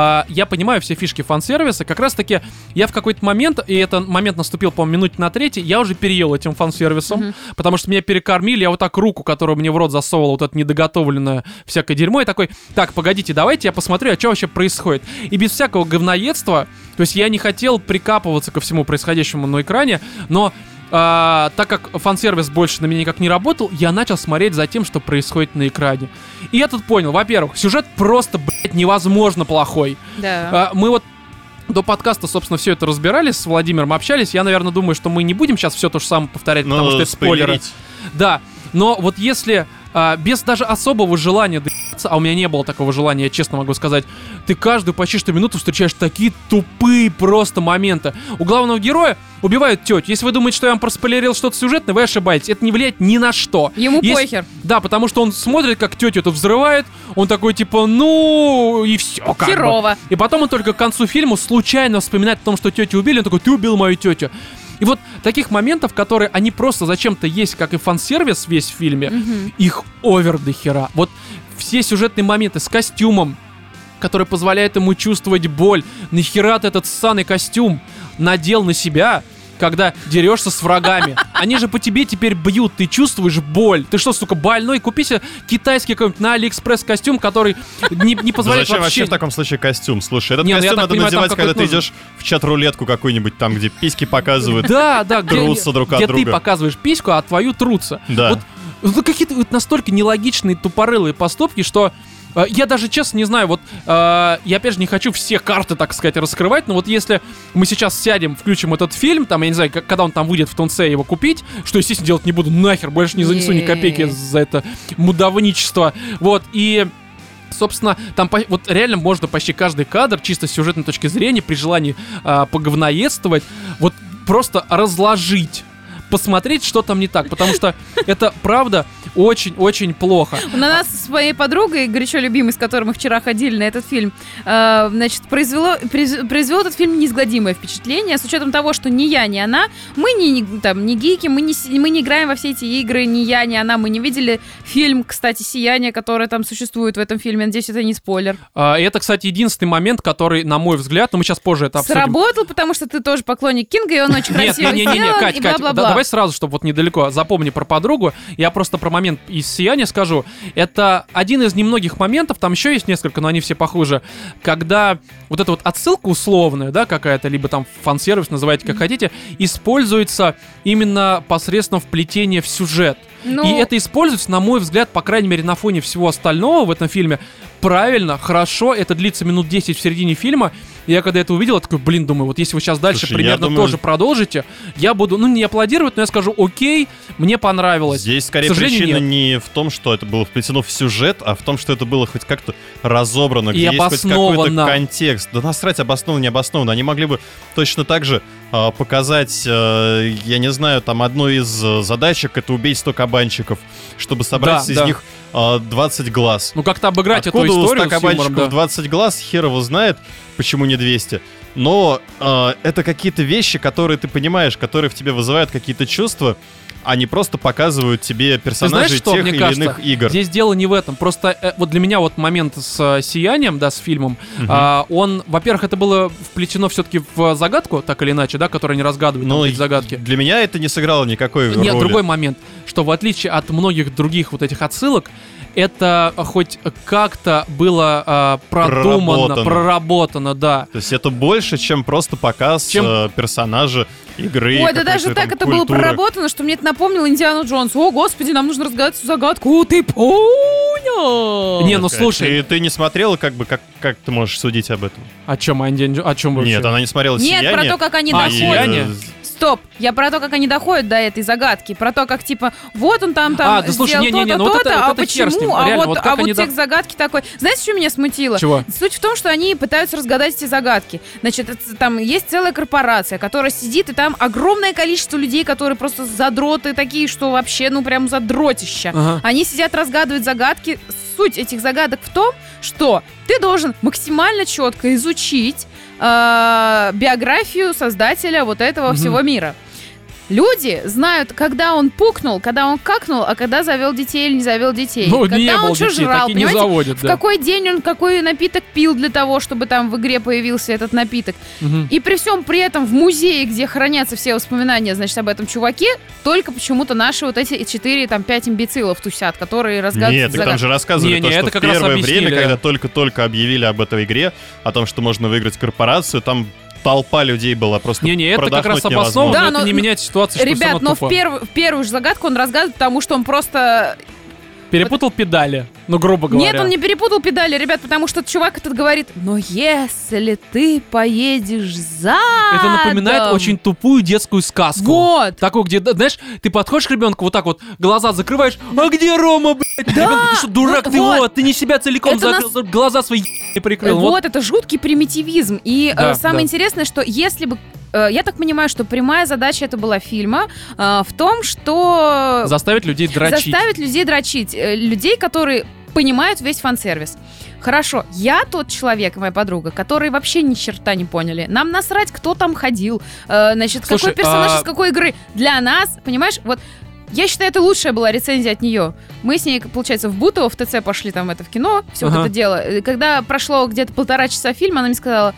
я понимаю все фишки фан-сервиса, как раз-таки я в какой-то момент, и этот момент наступил, по-моему, минуте на 3, я уже переел этим фан-сервисом, потому что меня перекормили, я вот так руку, которую мне в рот засовывал, вот это недоготовленное всякое дерьмо, и такой, так, погодите, давайте я посмотрю, а что вообще происходит. И без всякого говноедства, то есть я не хотел прикапываться ко всему происходящему на экране, но так как фан-сервис больше на меня никак не работал, я начал смотреть за тем, что происходит на экране. И я тут понял, во-первых, сюжет просто, блядь, невозможно плохой. Да. Мы вот до подкаста, собственно, все это разбирали, с Владимиром общались. Я, наверное, думаю, что мы не будем сейчас все то же самое повторять, потому что это спойлеры. Да, но вот если без даже особого желания доебаться, а у меня не было такого желания, я честно могу сказать, ты каждую почти что минуту встречаешь такие тупые просто моменты. У главного героя убивают тетю. Если вы думаете, что я вам проспойлерил что-то сюжетное, вы ошибаетесь. Это не влияет ни на что. Ему похер. Да, потому что он смотрит, как тетю эту взрывает, он такой типа, ну, и все. Херово. И потом он только к концу фильма случайно вспоминает о том, что тетю убили, он такой, ты убил мою тетю. И вот таких моментов, которые они просто зачем-то есть, как и фан-сервис весь в фильме, их овер до хера. Вот все сюжетные моменты с костюмом, который позволяет ему чувствовать боль. Нахера ты этот ссаный костюм надел на себя, когда дерешься с врагами? Они же по тебе теперь бьют, ты чувствуешь боль. Ты что, сука, больной? Купи себе китайский какой-нибудь на Алиэкспресс костюм, который не позволяет зачем вообще... в таком случае костюм? Слушай, этот Не, костюм надо понимаю, надевать, когда ты идешь в чат-рулетку какую-нибудь, там, где письки показывают. Да, трутся друг от где друга. ты показываешь письку, а твою трутся. Да. Вот какие-то вот настолько нелогичные, тупорылые поступки, что... Я даже, честно, не знаю, вот я опять же не хочу все карты, так сказать, раскрывать, но вот если мы сейчас сядем, включим этот фильм, там, я не знаю, когда он там выйдет в Тунце, его купить, что, естественно, делать не буду, нахер, больше не занесу ни копейки за это мудовничество, вот, и... Собственно, там вот реально можно почти каждый кадр, чисто с сюжетной точки зрения, при желании поговноедствовать, вот просто разложить, посмотреть, что там не так, потому что это, правда, очень-очень плохо. На нас с моей подругой, горячо любимой, с которой мы вчера ходили на этот фильм, значит, произвел этот фильм неизгладимое впечатление, с учетом того, что ни я, ни она, мы не гики, мы не играем во все эти игры, ни я, ни она, мы не видели фильм, кстати, «Сияние», которое там существует в этом фильме, надеюсь, это не спойлер. И это, кстати, единственный момент, который, на мой взгляд, но мы сейчас позже это обсудим. Сработал, потому что ты тоже поклонник Кинга, и он очень красиво сделан, Кать, и бла-бла-бла. давай сразу, чтобы вот недалеко, запомни про подругу, я просто про момент из «Сияния» скажу. Это один из немногих моментов, там еще есть несколько, но они все похуже, когда вот эта вот отсылка условная, да, какая-то, либо там фан-сервис, называйте как хотите, используется именно посредством вплетения в сюжет. И это используется, на мой взгляд, по крайней мере, на фоне всего остального в этом фильме, правильно, хорошо, это длится минут 10 в середине фильма. И я когда это увидел, я такой, блин, думаю, вот если вы сейчас дальше примерно тоже продолжите, я буду, ну, не аплодировать, но я скажу, окей, мне понравилось. Здесь скорее причина не в том, что это было вплетено в сюжет, а в том, что это было хоть как-то разобрано, и где есть хоть какой-то контекст. Да насрать, обоснованно, не обоснованно. Они могли бы точно так же показать, я не знаю, там одну из задачек — это убить 100 кабанчиков, чтобы собрать из них 20 глаз. Ну, как-то обыграть эту историю у 100 кабанчиков 20 глаз, хер его знает, почему не 200. Но это какие-то вещи, которые ты понимаешь, которые в тебе вызывают какие-то чувства, а не просто показывают тебе персонажей тех или иных игр. Здесь дело не в этом. Просто вот для меня вот момент с «Сиянием», да, с фильмом, он, во-первых, это было вплетено все-таки в загадку, так или иначе, да, которую они разгадывают, там, эти загадки. Для меня это не сыграло никакой роли. Нет, другой момент, что в отличие от многих других вот этих отсылок, это хоть как-то было продумано, проработано, да. То есть это больше, чем просто показ персонажа игры. Ой, да даже так это было проработано, что мне это напомнило Индиану Джонс. О, господи, нам нужно разгадать эту загадку. Ты понял? Не, ну слушай. Ты не смотрела, как ты можешь судить об этом? О чем вообще? Нет, она не смотрела «Сияние». Нет, про то, как они доходят. Стоп, я про то, как они доходят до этой загадки, про то, как типа, вот он там да, сделал слушай, то-то, а почему, а вот тех загадки такой. Знаете, что меня смутило? Чего? Суть в том, что они пытаются разгадать эти загадки. Значит, там есть целая корпорация, которая сидит, и там огромное количество людей, которые просто задроты такие, что вообще, ну прям задротища. Ага. Они сидят, разгадывают загадки. Суть этих загадок в том, что ты должен максимально четко изучить биографию создателя вот этого всего мира. Люди знают, когда он пукнул, когда он какнул, а когда завел детей или не завел детей. Ну, когда не он что жрал, не заводят, в какой день он какой напиток пил для того, чтобы там в игре появился этот напиток. И при всем при этом в музее, где хранятся все воспоминания, значит, об этом чуваке, только почему-то наши вот эти 4-5 имбецилов тусят, которые разгадывают загадки. Нет, там же рассказывали что в первое время, когда только-только объявили об этой игре, о том, что можно выиграть корпорацию, там толпа людей была, просто Не-не, это как раз продохнуть обосновано, невозможно. Да, но это но- не меняет ситуацию, что Ребят, всё равно но тупо. в первую же загадку он разгадывает, потому что он просто... Перепутал педали, ну, грубо говоря. Нет, он не перепутал педали, ребят, потому что чувак этот говорит, но если ты поедешь задом... Это напоминает очень тупую детскую сказку. Вот. Такую, где, знаешь, ты подходишь к ребенку, вот так вот, глаза закрываешь, а где Рома, блядь? Да, Ребенок, ты что, дурак, ты вот. вот, ты не себя целиком Это закрыл, глаза свои не прикрыл. Вот, это жуткий примитивизм. И Да, самое да. интересное, что если бы... Я так понимаю, что прямая задача это была фильма в том, что... Заставить людей дрочить. Заставить людей дрочить. Людей, которые понимают весь фан-сервис. Хорошо, я тот человек, моя подруга, которые вообще ни черта не поняли. Нам насрать, кто там ходил, значит, Слушай, какой персонаж из какой игры. Для нас, понимаешь, вот я считаю, это лучшая была рецензия от нее. Мы с ней, получается, в Бутово, в ТЦ пошли там в кино, все вот Ага. это дело. И когда прошло где-то 1,5 часа фильма, она мне сказала,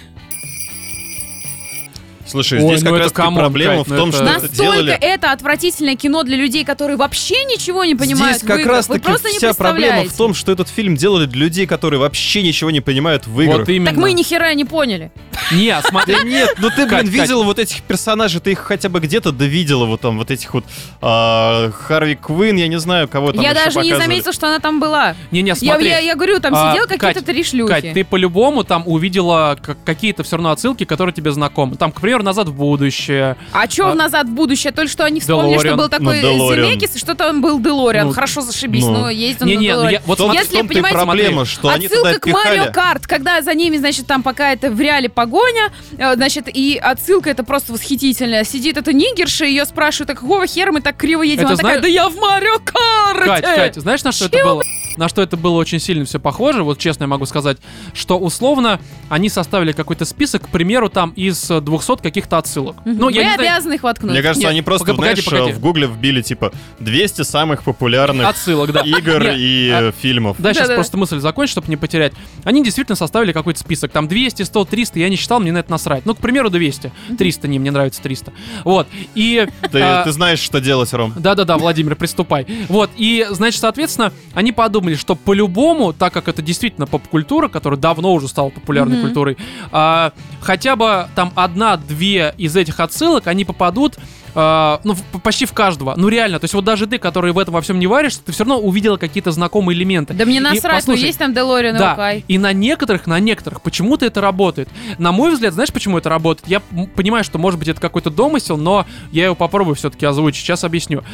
Слушай, Ой, здесь ну как это раз камон, проблема Кать, в ну том, это- что это настолько делали... это отвратительное кино для людей, которые вообще ничего не понимают Здесь в как играх. раз Вы таки просто не вся проблема в представляете. том, что этот фильм делали для людей, которые вообще ничего не понимают в играх. Вот именно. Так мы ни хера не поняли. Не, смотри. Да нет, ну ты, Кать, блин, видела вот этих персонажей, ты их хотя бы где-то довидела, вот там, вот этих вот Харви Квинн, я не знаю, кого там Я еще даже не показывали. заметила, что она там была. Не-не, смотри. Я говорю, там А, сидел какие-то Кать, три шлюхи. Кать, ты по-любому там увидела какие-то все равно отсылки, которые тебе знакомы. Там, к примеру, «Назад в будущее». А чё в «Назад в будущее»? Только что они вспомнили, что Делориан. был такой Ну, Делориан. Земекис, что там был Делориан. Ну, Хорошо, зашибись, ну. но ездил на Не-не, ну Делориане. я- вот В том- смотри, Если, в том-то и понимаете, проблема, что они туда отсылка к Марио пихали. Карт, когда за ними, значит, там какая-то в реале погоня, значит, и отсылка это просто восхитительная. Сидит эта нигерша, ее спрашивают, а какого хера мы так криво едем? Это Она такая, знаешь- да я в Марио Карте! Кать, знаешь, на что это было? На что это было очень сильно все похоже, вот честно я могу сказать, что условно они составили какой-то список, к примеру, там из 200 каких-то отсылок. Ну, Мы я не знаю, обязаны их воткнуть. Мне кажется, Нет, они просто, погоди, знаешь, погоди. в гугле вбили, типа, 200 самых популярных отсылок, да. игр Нет, и фильмов. Да, сейчас Да-да. просто мысль закончить, чтобы не потерять. Они действительно составили какой-то список. Там 200, 100, 300, я не считал, мне на это насрать. Ну, к примеру, 200. 300, не, мне нравится 300. Вот. И... Ты знаешь, что делать, Ром. Да-да-да, Владимир, приступай. Вот, и, значит, соответственно, они подумали, что по-любому, так как это действительно поп-культура, которая давно уже стала популярной культурой, хотя бы там 1-2 из этих отсылок, они попадут почти в каждого. Ну, реально, то есть вот даже ты, который в этом во всем не варишься, ты все равно увидела какие-то знакомые элементы. Да мне И насрать, ну послушай, есть там Делориан и да, Окай. и на некоторых почему-то это работает. На мой взгляд, знаешь, почему это работает? Я понимаю, что, может быть, это какой-то домысел, но я его попробую все-таки озвучить. Сейчас объясню.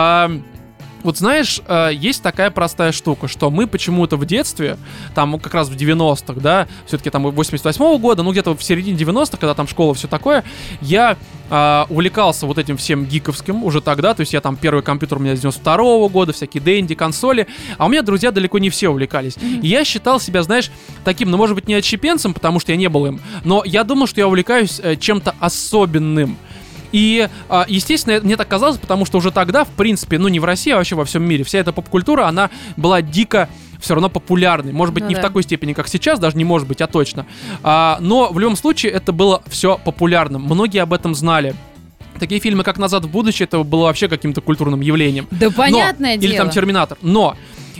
Вот знаешь, есть такая простая штука, что мы почему-то в детстве, там как раз в 90-х, да, все-таки там 88-го года, ну где-то в середине 90-х, когда там школа, все такое, я увлекался вот этим всем гиковским уже тогда, то есть я там первый компьютер у меня с 92-го года, всякие Денди, консоли, а у меня друзья далеко не все увлекались. И я считал себя, знаешь, таким, ну может быть не отщепенцем, потому что я не был им, но я думал, что я увлекаюсь чем-то особенным. И, естественно, мне так казалось, потому что уже тогда, в принципе, ну не в России, а вообще во всем мире, вся эта поп-культура, она была дико все равно популярной. Может быть, Ну не да. в такой степени, как сейчас, даже не может быть, а точно. Но в любом случае это было все популярным. Многие об этом знали. Такие фильмы, как «Назад в будущее», это было вообще каким-то культурным явлением. Да понятное дело. Или там «Терминатор». Но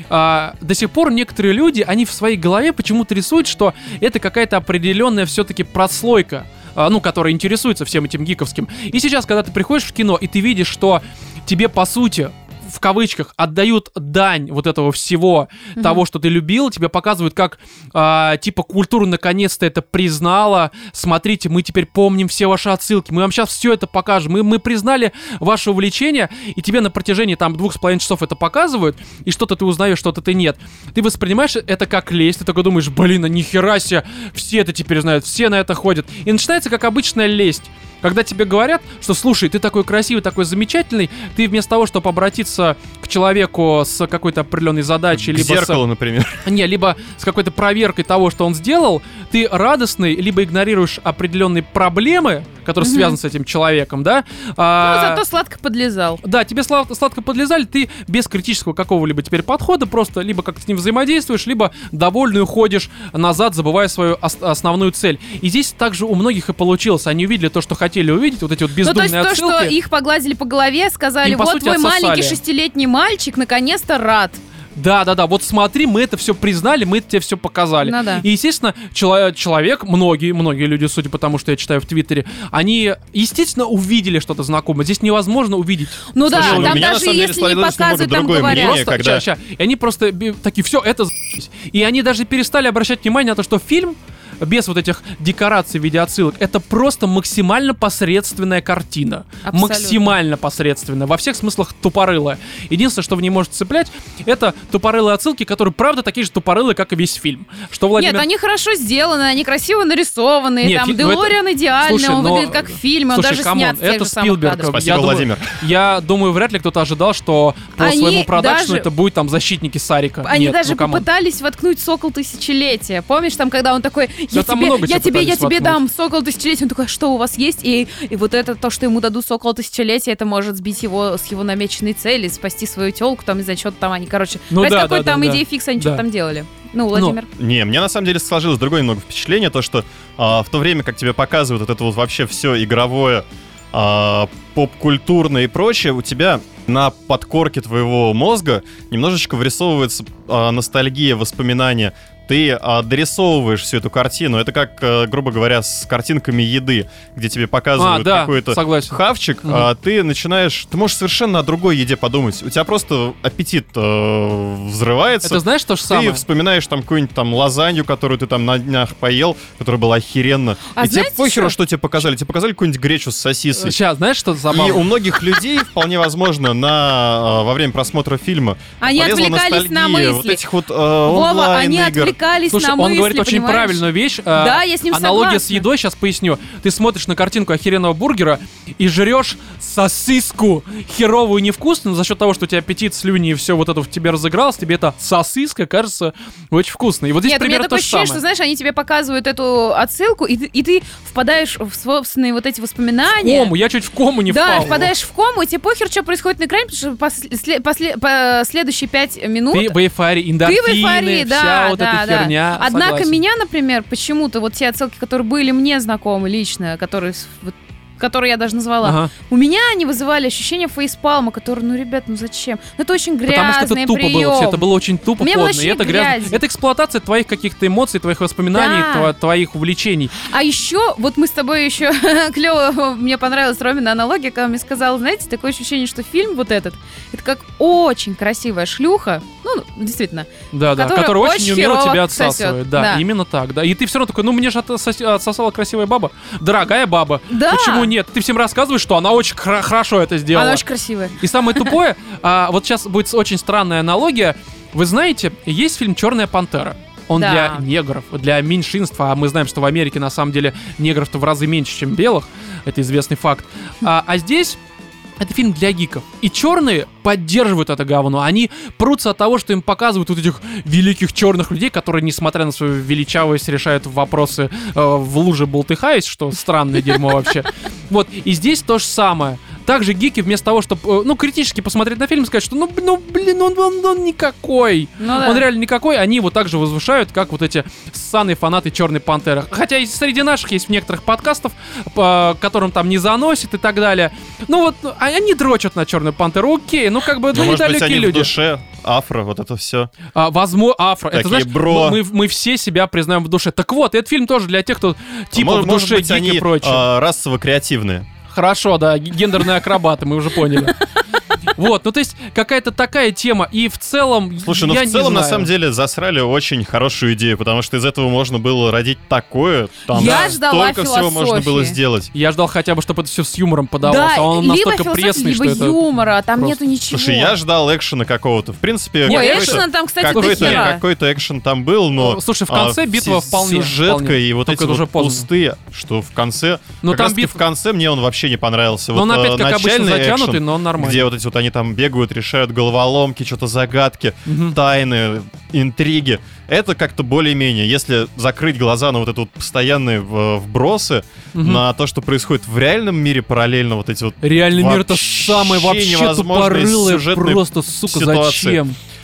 до сих пор некоторые люди, они в своей голове почему-то рисуют, что это какая-то определенная все-таки прослойка, ну, которая интересуется всем этим гиковским. И сейчас, когда ты приходишь в кино, и ты видишь, что тебе, по сути, в кавычках, отдают дань вот этого всего, того, что ты любил, тебе показывают, как, типа, культура наконец-то это признала, смотрите, мы теперь помним все ваши отсылки, мы вам сейчас все это покажем, мы признали ваше увлечение, и тебе на протяжении, там, 2,5 часов это показывают, и что-то ты узнаешь, что-то ты нет. Ты воспринимаешь это как лесть, ты такой думаешь, блин, а нихера себе, все это теперь знают, все на это ходят. И начинается как обычная лесть. Когда тебе говорят, что, слушай, ты такой красивый, такой замечательный, ты вместо того, чтобы обратиться к человеку с какой-то определенной задачей, К либо зеркалу, например. либо с какой-то проверкой того, что он сделал, ты радостный, либо игнорируешь определенные проблемы, которые связаны с этим человеком, да? Ну, зато сладко подлезал. Да, тебе сладко подлезали, ты без критического какого-либо теперь подхода просто либо как-то с ним взаимодействуешь, либо довольный уходишь назад, забывая свою основную цель. И здесь также у многих и получилось. Они увидели то, что хотели увидеть, вот эти вот Ну, то бездумные есть то, отсылки. что их погладили по голове, сказали, Им, по вот сути, твой отсосали. маленький 6-летний мальчик наконец-то рад. Да, вот смотри, мы это все признали, мы тебе все показали. Ну да. И, естественно, человек, многие люди, судя по тому, что я читаю в Твиттере, они, естественно, увидели что-то знакомое. Здесь невозможно увидеть. Ну да, Слушай, у там меня, на даже самом деле, если не сложилось показывают, немного там другое говорят. мнение. когда- И они просто такие, все, это за***ь. И они даже перестали обращать внимание на то, что фильм без вот этих декораций в виде отсылок, это просто максимально посредственная картина. Абсолютно. Максимально посредственная. Во всех смыслах тупорылая. Единственное, что в ней может цеплять, это тупорылые отсылки, которые, правда, такие же тупорылые, как и весь фильм. Что Владимир... Нет, они хорошо сделаны, они красиво нарисованы, Нет, там ну это- Делориан идеальный, Слушай, он но- выглядит как в фильме, он Слушай, даже камон, снят в тех это же самых Спилберг. кадрах. Спасибо, Владимир. Я думаю, вряд ли кто-то ожидал, что по Они своему продакшну даже- это будет там защитники Сарика. Они Нет, даже ну, камон. попытались воткнуть «Сокол тысячелетия». Помнишь, там, когда он такой, Да там много чего я тебе пытались воткнуть. дам «Сокол тысячелетия». Он такой, что у вас есть? И вот это, то, что ему дадут «Сокол тысячелетия», это может сбить его с его намеченной цели, спасти свою телку, там, из-за чего-то там они, короче, Ну ради да, какой-то да, там да, идеи да. фикса они Да. что-то там делали. Ну, Владимир. Не, мне на самом деле сложилось другое немного впечатление, то что в то время, как тебе показывают вот это вот вообще все игровое, поп-культурное и прочее, у тебя на подкорке твоего мозга немножечко вырисовывается ностальгия, воспоминания. Ты дорисовываешь всю эту картину. Это как, грубо говоря, с картинками еды, где тебе показывают да, какой-то согласен. хавчик, Мгм. ты можешь совершенно о другой еде подумать. У тебя просто аппетит взрывается. Это знаешь то же Ты самое? вспоминаешь там какую-нибудь там лазанью, которую ты там на днях поел, которая была охеренна. А И тебе знаете похеру, что? что тебе показали. Тебе показали какую-нибудь гречу с сосисой. Сейчас, знаешь, что И забавно? у многих людей, вполне возможно, во время просмотра фильма Они полезла отвлекались на ностальгия мысли. вот этих вот Вова, они онлайн-игр. отвлекались Слушай, на он мысли, говорит очень понимаешь? правильную вещь. Да, я с ним Аналогия с согласна. едой, сейчас поясню. Ты смотришь на картинку охеренного бургера и жрешь сосиску херовую невкусную, но за счет того, что у тебя аппетит, слюни и все вот это в тебе разыгралось, тебе эта сосиска кажется очень вкусной. И вот здесь Нет, у меня примерно то такое же ощущение, самое. что, знаешь, они тебе показывают эту отсылку, и ты впадаешь в собственные вот эти воспоминания. Кому? Я чуть в кому не Да, впал. впадаешь в кому, и тебе похер, что происходит на экране, потому что следующие 5 минут... Ты в эйфории, Ты эндорфины, в эйфории, вся да, вот да, эта да. херня. Однако согласен. меня, например, почему-то вот те отсылки, которые были мне знакомы лично, которые я даже назвала, Ага. у меня они вызывали ощущение фейспалма, который, ну, ребят, ну зачем? Ну, это очень Потому что грязный это тупо прием. было все, это было очень тупо, Мне плотно, и вообще это грязно. грязь. Это эксплуатация твоих каких-то эмоций, твоих воспоминаний, Да. твоих увлечений. А еще, вот мы с тобой еще клево, мне понравилась Ромина аналогия, когда он мне сказал, знаете, такое ощущение, что фильм вот этот, это как очень красивая шлюха, ну, действительно, Да, Которая который очень очень умело херово тебя отсасывает. сосет. Да, Да. именно так, да. И ты все равно такой, ну мне же отсосала красивая баба. Дорогая баба. Да. Почему нет? Ты всем рассказываешь, что она очень хорошо это сделала. она очень красивая. И самое тупое, вот сейчас будет очень странная аналогия. Вы знаете, есть фильм «Черная пантера». Он Да. для негров, для меньшинства, а мы знаем, что в Америке на самом деле негров-то в разы меньше, чем белых. Это известный факт. А здесь это фильм для гиков. И черные поддерживают это говно. Они прутся от того, что им показывают вот этих великих черных людей, которые, несмотря на свою величавость, решают вопросы в луже болтыхаясь, что странное дерьмо вообще. Вот, и здесь то же самое. Также гики вместо того, чтобы, критически посмотреть на фильм и сказать, что, он никакой. Ну да. Он реально никакой. Они его также возвышают, как вот эти ссаные фанаты Черной Пантеры. Хотя и среди наших есть в некоторых подкастов, по которым там не заносит и так далее. Они дрочат на Черную Пантеру, окей, Может быть, недалекие они люди. в душе, афро, вот это все. Возможно, афро. Это, Такие, знаешь, бро. мы все себя признаем в душе. Так вот, этот фильм тоже для тех, кто типа в Может душе быть, гик они и прочее. расово-креативные. Хорошо, да, гендерные акробаты, мы уже поняли. Вот, то есть какая-то такая тема, и в целом, Слушай, я в не целом, на знаю. самом деле, засрали очень хорошую идею, потому что из этого можно было родить такое, там Я ждала столько всего можно было философии. сделать. Я ждал хотя бы, чтобы это все с юмором подавалось, Да, а он либо настолько философия, пресный, либо что это... юмора, там просто- нету ничего. Слушай, я ждал экшена какого-то. В принципе, Ой, какой-то- экшена там, кстати, до хера. какой-то экшен там был, но... Слушай, в конце битва вполне. Сюжетка вполне. и вот Только эти это уже вот поздно. пустые, что в конце... Но как там раз-таки битва- в конце мне он вообще не понравился. Но он Вот, опять, как обычно, начальный затянутый, экшен, но он нормальный. где вот эти вот они там бегают, решают головоломки, что-то загадки, тайны, интриги. Это как-то более-менее. Если закрыть глаза на вот это вот постоянные вбросы, на то, что происходит в реальном мире параллельно, вот эти вот... Реальный мир — это вообще самое вообще невозможные тупорылое, сюжетные просто, сука, ситуации. зачем?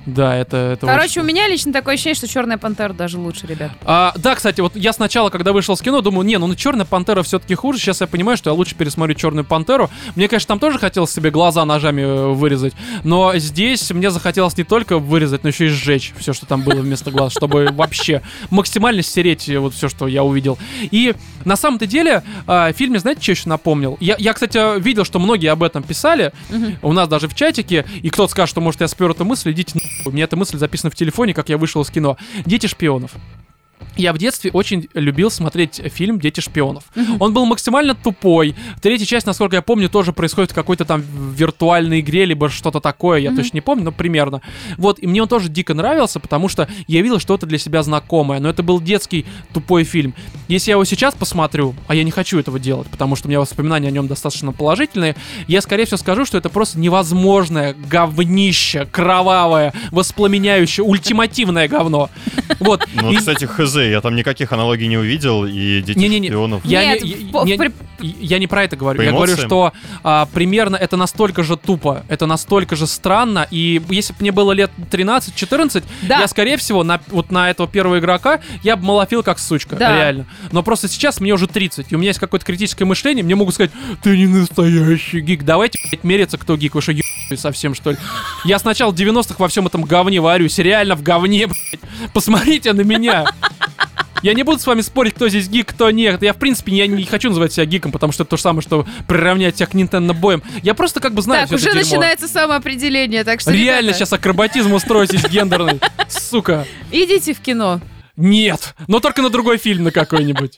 Да, это Короче, очень... у меня лично такое ощущение, что «Черная пантера» даже лучше, ребят. Да, кстати, вот я сначала, когда вышел с кино, думаю, ну «Черная пантера» все-таки хуже. Сейчас я понимаю, что я лучше пересмотрю «Черную пантеру». Мне, конечно, там тоже хотелось себе глаза ножами вырезать, но здесь мне захотелось не только вырезать, но еще и сжечь все, что там было вместо глаз, чтобы вообще максимально стереть вот все, что я увидел. И на самом-то деле фильм, мне, знаете, что еще напомнил? Я, кстати, видел, что многие об этом писали, у нас даже в чатике, и кто-то скажет, что, может, я спер эту мысль, идите нахуй. У меня эта мысль записана в телефоне, как я вышел из кино. «Дети шпионов». Я в детстве очень любил смотреть фильм «Дети шпионов». Он был максимально тупой. Третья часть, насколько я помню, тоже происходит в какой-то там виртуальной игре, либо что-то такое, я точно не помню, но примерно. Вот, и мне он тоже дико нравился, потому что я видел что-то для себя знакомое, но это был детский тупой фильм. Если я его сейчас посмотрю, а я не хочу этого делать, потому что у меня воспоминания о нем достаточно положительные, я, скорее всего, скажу, что это просто невозможное говнище, кровавое, воспламеняющее, ультимативное говно. Вот. Ну, кстати, хз, я там никаких аналогий не увидел, и «Дети шпионов». Я не про это говорю. Я говорю, что примерно это настолько же тупо, это настолько же странно, и если бы мне было лет 13-14, я, скорее всего, вот на этого первого игрока я бы малофил как сучка, реально. Но просто сейчас мне уже 30, и у меня есть какое-то критическое мышление, мне могут сказать, ты не настоящий гик, давайте, блядь, мериться, кто гик, вы что, ебаные совсем, что ли? Я с начала 90-х во всем этом говне варюсь, реально в говне, блядь. Посмотрите на меня. Я не буду с вами спорить, кто здесь гик, кто нет. Я, в принципе, я не хочу называть себя гиком, потому что это то же самое, что приравнять себя к Nintendo боям. Я просто как бы знаю так, все это уже дерьмо. начинается самоопределение, так что, реально ребята, сейчас акробатизм устроить здесь гендерный. Сука. идите в кино. Нет, но только на другой фильм, на какой-нибудь.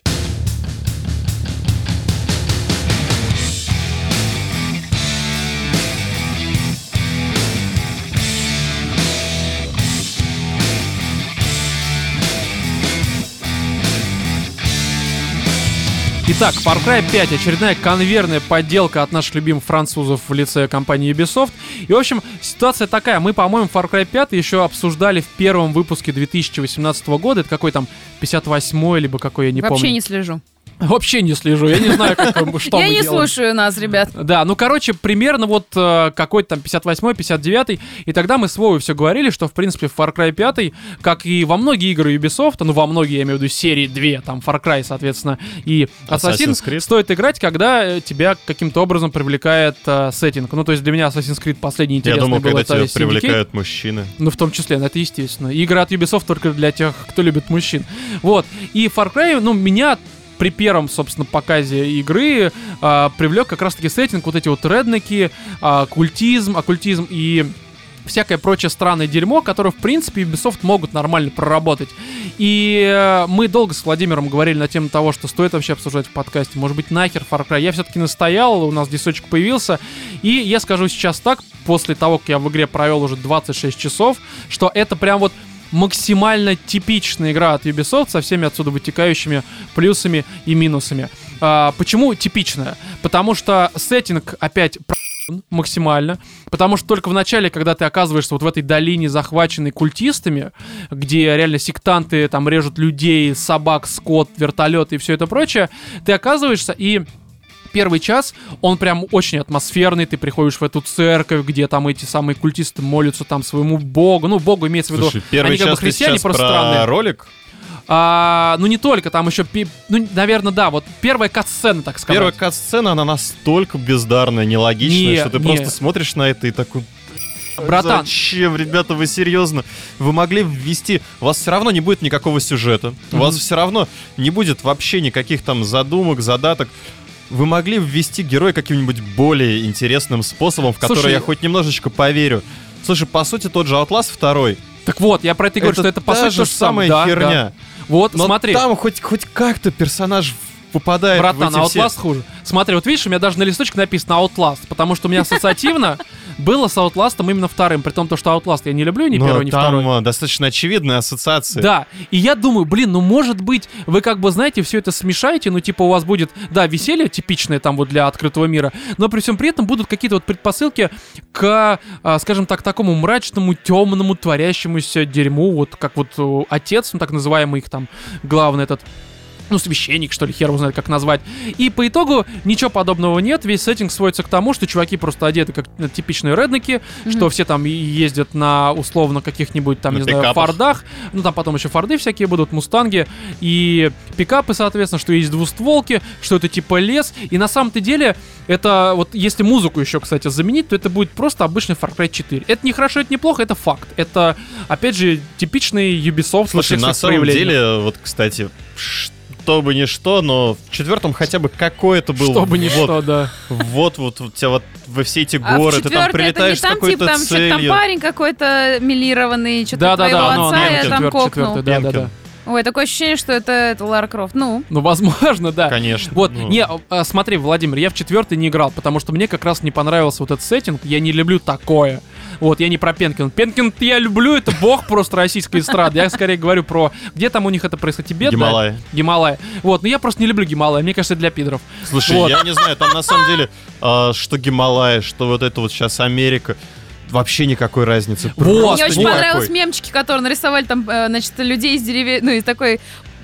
Итак, Far Cry 5, очередная конвейерная подделка от наших любимых французов в лице компании Ubisoft. И, в общем, ситуация такая. Мы, по-моему, Far Cry 5 еще обсуждали в первом выпуске 2018 года. Это какой там 58-й, либо какой, я не помню. Вообще не слежу. Вообще не слежу, я не знаю, что мы делаем. Я не слушаю нас, ребят. Да, ну, короче, примерно вот какой-то там 58-й, 59-й, и тогда мы с Вовой все говорили, что, в принципе, в Far Cry 5, как и во многие игры Ubisoft, ну, во многие, я имею в виду, серии 2, там, Far Cry, соответственно, и Assassin's Creed, стоит играть, когда тебя каким-то образом привлекает сеттинг. Ну, то есть для меня Assassin's Creed последний интересный был. Я думал, когда тебя привлекают мужчины. Ну, в том числе, это естественно. Игры от Ubisoft только для тех, кто любит мужчин. Вот, и Far Cry, ну, меня... При первом, собственно, показе игры привлек как раз-таки сеттинг, вот эти вот реднеки, оккультизм и всякое прочее странное дерьмо, которое, в принципе, Ubisoft могут нормально проработать. И мы долго с Владимиром говорили на тему того, что стоит вообще обсуждать в подкасте. Может быть, нахер Far Cry. Я все-таки настоял, у нас дисочек появился. И я скажу сейчас так, после того, как я в игре провел уже 26 часов, что это прям вот максимально типичная игра от Ubisoft со всеми отсюда вытекающими плюсами и минусами. Почему типичная? Потому что сеттинг опять максимально, потому что только в начале, когда ты оказываешься вот в этой долине, захваченной культистами, где реально сектанты там режут людей, собак, скот, вертолеты и все это прочее, ты оказываешься и... Первый час, он прям очень атмосферный, ты приходишь в эту церковь, где там эти самые культисты молятся там своему богу, ну, богу имеется в виду, первый они как бы христиане, просто странные. Ролик? Ну, не только, там еще, ну, наверное, да, вот первая кат-сцена, так сказать. Первая кат-сцена, она настолько бездарная, нелогичная, что ты просто смотришь на это и такой... Братан. Зачем, ребята, вы серьезно? Вы могли ввести... У вас все равно не будет никакого сюжета, у вас все равно не будет вообще никаких там задумок, задаток. Вы могли ввести героя каким-нибудь более интересным способом, в который я хоть немножечко поверю. Слушай, по сути, тот же Outlast 2. Так вот, я про это говорю, что это по сути то же самое. Херня. Да. Вот, но смотри. Там хоть как-то персонаж попадает в эти Outlast все... хуже. Смотри, вот видишь, у меня даже на листочке написано Outlast, потому что у меня ассоциативно было с Outlast'ом именно вторым, при том, что Outlast я не люблю, ни первый, ни второй. Там достаточно очевидная ассоциация. Да, и я думаю, ну может быть, вы как бы, знаете, все это смешаете, ну типа у вас будет, да, веселье типичное там вот для открытого мира, но при всем при этом будут какие-то вот предпосылки к, скажем так, такому мрачному, темному, творящемуся дерьму, вот как вот отец, ну так называемый их там, главный этот ну, священник, что ли, хер его знает, как назвать. И по итогу ничего подобного нет. Весь сеттинг сводится к тому, что чуваки просто одеты как типичные реднеки, что все там ездят на, условно, каких-нибудь там, на не пикапах. знаю, фордах. Ну, там потом еще форды всякие будут, мустанги и пикапы, соответственно, что есть двустволки, что это типа лес. И на самом-то деле, это вот, если музыку еще, кстати, заменить, то это будет просто обычный Far Cry 4. Это не хорошо, это не плохо, это факт. Это, опять же, типичный Ubisoft. Слушай, на самом деле, вот, кстати, что бы ни что, но в 4-м хотя бы какое-то было. Что бы ни что, да. Вот у тебя вот во все эти горы, ты там прилетаешь с какой-то там, целью. Там парень какой-то милированный, что-то твоего отца я там кокнул. Да. Ой, такое ощущение, что это Лара Крофт. Ну, возможно, да. Конечно. Вот, смотри, Владимир, я в 4-й не играл, потому что мне как раз не понравился вот этот сеттинг. Я не люблю такое. Вот, я не про Пенкин. Пенкин я люблю, это бог просто российской эстрады. Я скорее говорю про... Где там у них это происходит? Тибет, Гималай. Да? Гималай. Вот, но я просто не люблю Гималай. Мне кажется, это для пидоров. Слушай, вот. Я не знаю, там на самом деле, что Гималай, что вот это вот сейчас Америка... Вообще никакой разницы. Вот, мне очень понравились мемчики, которые нарисовали там, значит, людей из деревень, ну, из такой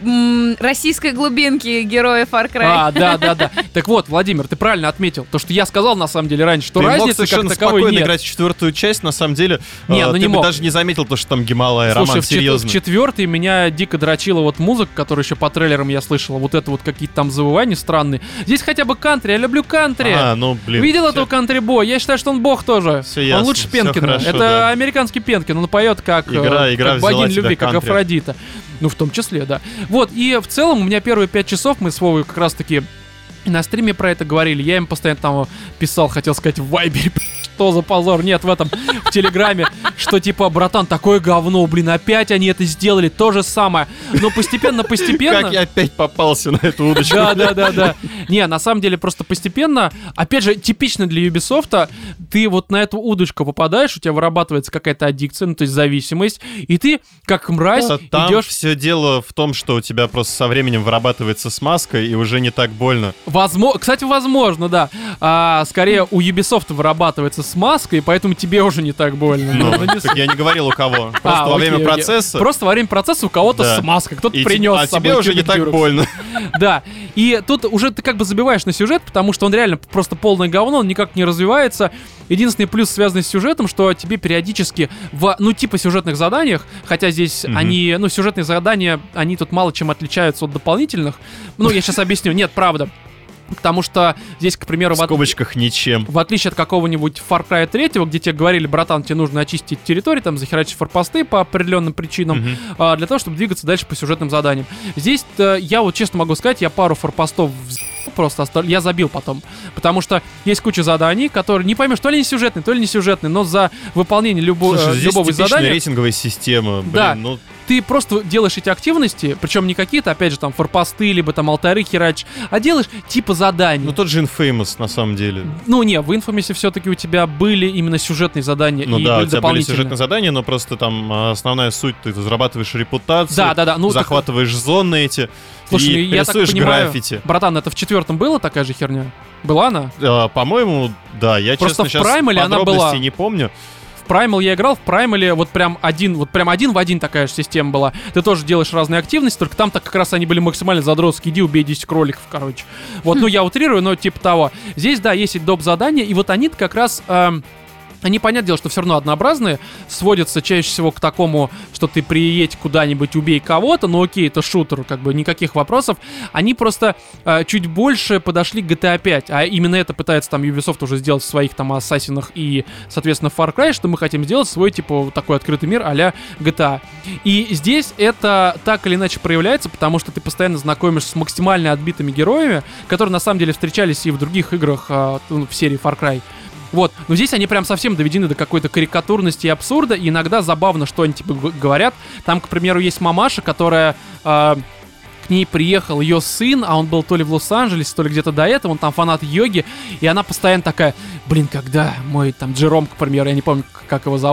российской глубинки героя Far Cry. Да. Так вот, Владимир, ты правильно отметил. То, что я сказал, на самом деле, раньше, что ты разницы как таковой нет. играть в 4-ю часть, на самом деле, не, ты не бы мог. даже не заметил то, что там Гималай, Слушай, Роман, серьезно. в 4-й меня дико дрочила вот музыка, которую еще по трейлерам я слышал. Вот это вот какие-то там завывания странные. Здесь хотя бы кантри, я люблю кантри. Видел этого кантри-бой? Я считаю, что он бог тоже. Все ясно, он лучше Пенкина. Хорошо, это да. американский Пенкин. Он поет как богиня любви, как Афродита. Ну, в том числе, да. Вот, и в целом у меня первые 5 часов мы с Вовой как раз-таки на стриме про это говорили. Я им постоянно там писал, хотел сказать, в Вайбере, что за позор, нет, в этом, в Телеграме, что типа, братан, такое говно, блин, опять они это сделали, то же самое. Но постепенно... Как я опять попался на эту удочку. Да. Не, на самом деле, просто постепенно, опять же, типично для Ubisoft, ты вот на эту удочку попадаешь, у тебя вырабатывается какая-то аддикция, ну, то есть зависимость, и ты, как мразь, там идешь... все дело в том, что у тебя просто со временем вырабатывается смазка, и уже не так больно. Кстати, возможно, да. Скорее, у Ubisoft вырабатывается смазка, и поэтому тебе уже не так больно. Так я не говорил у кого. Просто во время процесса. Просто во время процесса у кого-то смазка, кто-то принес с собой. А тебе уже не так больно. Да. И тут уже ты как бы забиваешь на сюжет, потому что он реально просто полное говно, он никак не развивается. Единственный плюс, связанный с сюжетом, что тебе периодически в, типа сюжетных заданиях, хотя здесь они, сюжетные задания, они тут мало чем отличаются от дополнительных. Я сейчас объясню. Нет, правда. Потому что здесь, к примеру... В скобочках ничем. В отличие от какого-нибудь Far Cry 3, где тебе говорили, братан, тебе нужно очистить территорию, там, захерачить форпосты по определенным причинам, для того, чтобы двигаться дальше по сюжетным заданиям. Здесь я вот честно могу сказать, я пару форпостов просто я забил потом. Потому что есть куча заданий, которые не поймешь, то ли не сюжетные, но за выполнение любого задания... рейтинговая система. Да. Ты просто делаешь эти активности, причем не какие-то, опять же, там, форпосты, либо там алтари херачишь, а делаешь типа заданий. Тот же Infamous, на самом деле. В Infamous все-таки у тебя были именно сюжетные задания. Да, у тебя были сюжетные задания, но просто там основная суть, ты зарабатываешь репутацию, захватываешь зоны эти, слушай, и рисуешь граффити. Братан, это в 4-м была такая же херня? Была она? По-моему, да, я просто честно сейчас подробностей не помню. В Primal я играл, в Primal вот прям один в один такая же система была. Ты тоже делаешь разные активности, только там так как раз они были максимально задротские. Иди убей 10 кроликов, короче. Вот, я утрирую, но типа того. Здесь, да, есть и доп. Задания, и вот они как раз... Они, понятное дело, что все равно однообразные, сводятся чаще всего к такому, что ты приедь куда-нибудь, убей кого-то, окей, это шутер, как бы никаких вопросов. Они просто чуть больше подошли к GTA 5, а именно это пытается там Ubisoft уже сделать в своих там Ассасинах и, соответственно, Far Cry, что мы хотим сделать свой, типа, такой открытый мир а-ля GTA. И здесь это так или иначе проявляется, потому что ты постоянно знакомишься с максимально отбитыми героями, которые на самом деле встречались и в других играх в серии Far Cry. Вот, но здесь они прям совсем доведены до какой-то карикатурности и абсурда, и иногда забавно, что они типа говорят. Там, к примеру, есть мамаша, которая... к ней приехал ее сын, а он был то ли в Лос-Анджелесе, то ли где-то до этого, он там фанат йоги, и она постоянно такая, когда мой там Джером, к примеру, я не помню, как его зовут,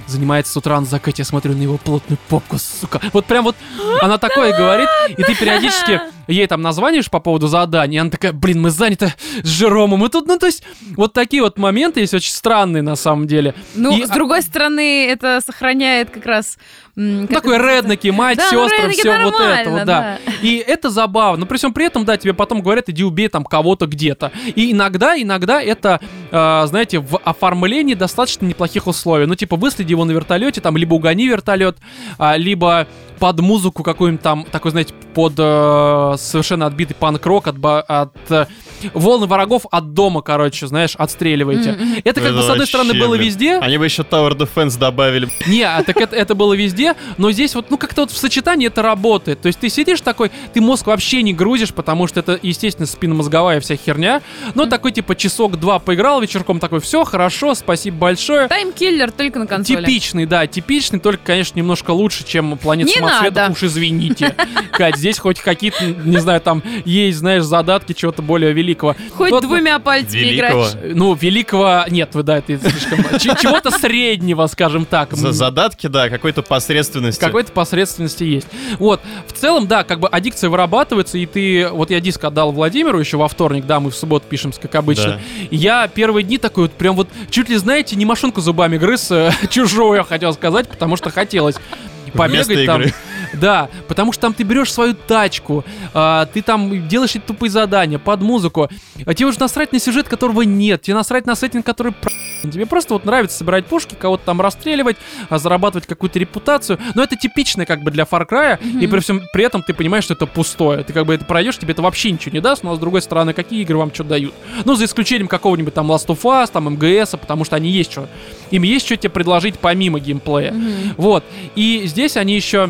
занимается с утра на закате, я смотрю на его плотную попку, сука. Вот прям вот она такое говорит, и ты периодически ей там названиваешь по поводу задания, и она такая, блин, мы заняты с Жеромом, и тут, ну, то есть, вот такие вот моменты есть очень странные на самом деле. Ну, И, с другой стороны, это сохраняет как раз... такой реднеки, мать, да, сестры, все вот нормально, это вот, да. И это забавно. Но при всем при этом, да, тебе потом говорят, иди убей там кого-то где-то. И иногда это, знаете, в оформлении достаточно неплохих условий. Ну, типа, выследи его на вертолете, там, либо угони вертолет, либо под музыку какую-нибудь там, такой, знаете, под совершенно отбитый панк-рок от волны врагов от дома, короче, знаешь, отстреливаете. Это как бы, с одной стороны, было везде. Они бы еще Tower Defense добавили. Не, так это было везде, но здесь вот, ну, как-то вот в сочетании это работает. То есть ты сидишь такой, ты мозг вообще не грузишь, потому что это, естественно, спинномозговая вся херня, но такой, типа, часок-два поиграл вечерком, такой, все, хорошо, спасибо большое. Таймкиллер только на консоли. Типичный, да, типичный, только, конечно, немножко лучше, чем «Планета самоцветов», уж извините. Кать, здесь хоть какие-то, не знаю, там есть, знаешь, задатки чего-то более великого. Хоть вот, двумя пальцами играешь. Ну, великого... Нет, вы, да, это слишком... Чего-то среднего, скажем так. Задатки, да, какой-то посредственности. Какой-то посредственности есть. Вот. В целом, да, как бы аддикция вырабатывается, и ты... Вот я диск отдал Владимиру еще во вторник, да, мы в субботу пишемся, как обычно. Да. Я первые дни такой вот прям вот чуть ли, знаете, не машинку зубами грыз, чужую, я хотел сказать, потому что хотелось побегать там. Да, потому что там ты берешь свою тачку, ты там делаешь эти тупые задания под музыку, тебе уже насрать на сюжет, которого нет, тебе насрать на сеттинг, который тебе просто вот нравится собирать пушки, кого-то там расстреливать, зарабатывать какую-то репутацию, но это типичное как бы для Far Cry, и при этом ты понимаешь, что это пустое, ты как бы это пройдешь, тебе это вообще ничего не даст, но с другой стороны, какие игры вам что дают? Ну, за исключением какого-нибудь там Last of Us, там МГС, потому что они есть что, им есть что тебе предложить помимо геймплея, вот, и здесь они еще...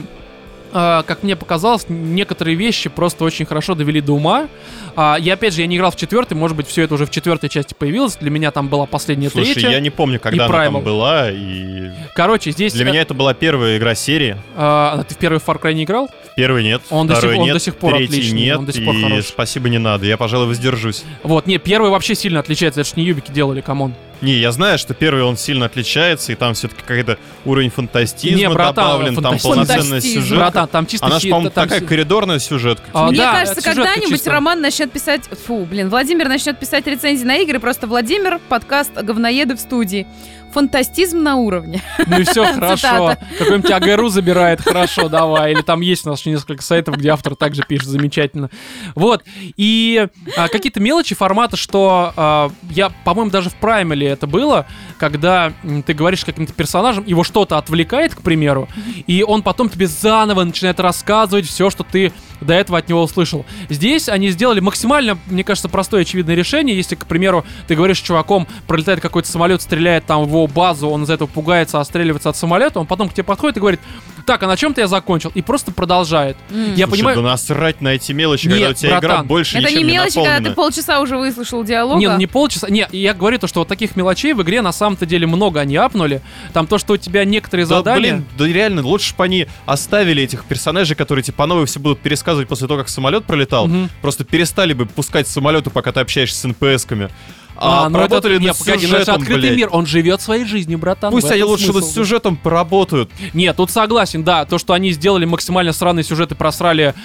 как мне показалось, некоторые вещи просто очень хорошо довели до ума. Я, опять же, я не играл в 4-й, может быть, все это уже в 4-й части появилось. Для меня там была последняя третья. Слушай, я не помню, когда она там была. И... Короче, здесь... Для меня это была первая игра серии. Ты в первый Far Cry не играл? В первый нет, второй нет, до сих пор третий отличный, нет, он до сих пор хороший. Спасибо, не надо, я, пожалуй, воздержусь. Вот, не, первый вообще сильно отличается, это ж не юбики делали, камон. Не, я знаю, что первый он сильно отличается, и там все-таки какой-то уровень фантастизма не, братан, добавлен, там полноценный сюжет. Братан, там чисто... Она же, по-моему, такая коридорная сюжетка. Мне кажется, когда-нибудь Роман начнет писать... Владимир начнет писать рецензии на игры, просто Владимир, подкаст «Говноеды в студии». Фантастизм на уровне. Ну и все, хорошо. Какой-нибудь АГРУ забирает, хорошо, давай. Или там есть у нас несколько сайтов, где автор также пишет замечательно. Вот. И какие-то мелочи формата, что я, по-моему, даже в Праймале это было, когда ты говоришь с каким-то персонажем, его что-то отвлекает, к примеру, и он потом тебе заново начинает рассказывать все, что ты до этого от него услышал. Здесь они сделали максимально, мне кажется, простое и очевидное решение. Если, к примеру, ты говоришь с чуваком, пролетает какой-то самолет, стреляет там в его базу, он из-за этого пугается, отстреливается от самолета, он потом к тебе подходит и говорит: так, а на чем-то я закончил? И просто продолжает. Я понимаю... да насрать на эти мелочи, когда у тебя игра больше ничем не наполнена. Это не мелочи, когда ты полчаса уже выслушал диалога? Не, ну не полчаса. Не, я говорю то, что вот таких мелочей в игре на самом-то деле много они апнули. Там то, что у тебя некоторые задания... Блин, да реально, лучше бы они оставили этих персонажей, которые типа по новой все будут пересказывать после того, как самолет пролетал. Просто перестали бы пускать самолеты, пока ты общаешься с НПСками. Поработали над сюжетом, это открытый мир, он живет своей жизнью, братан. Пусть они лучше над сюжетом поработают. Нет, тут согласен, да. То, что они сделали максимально сраные сюжеты, просрали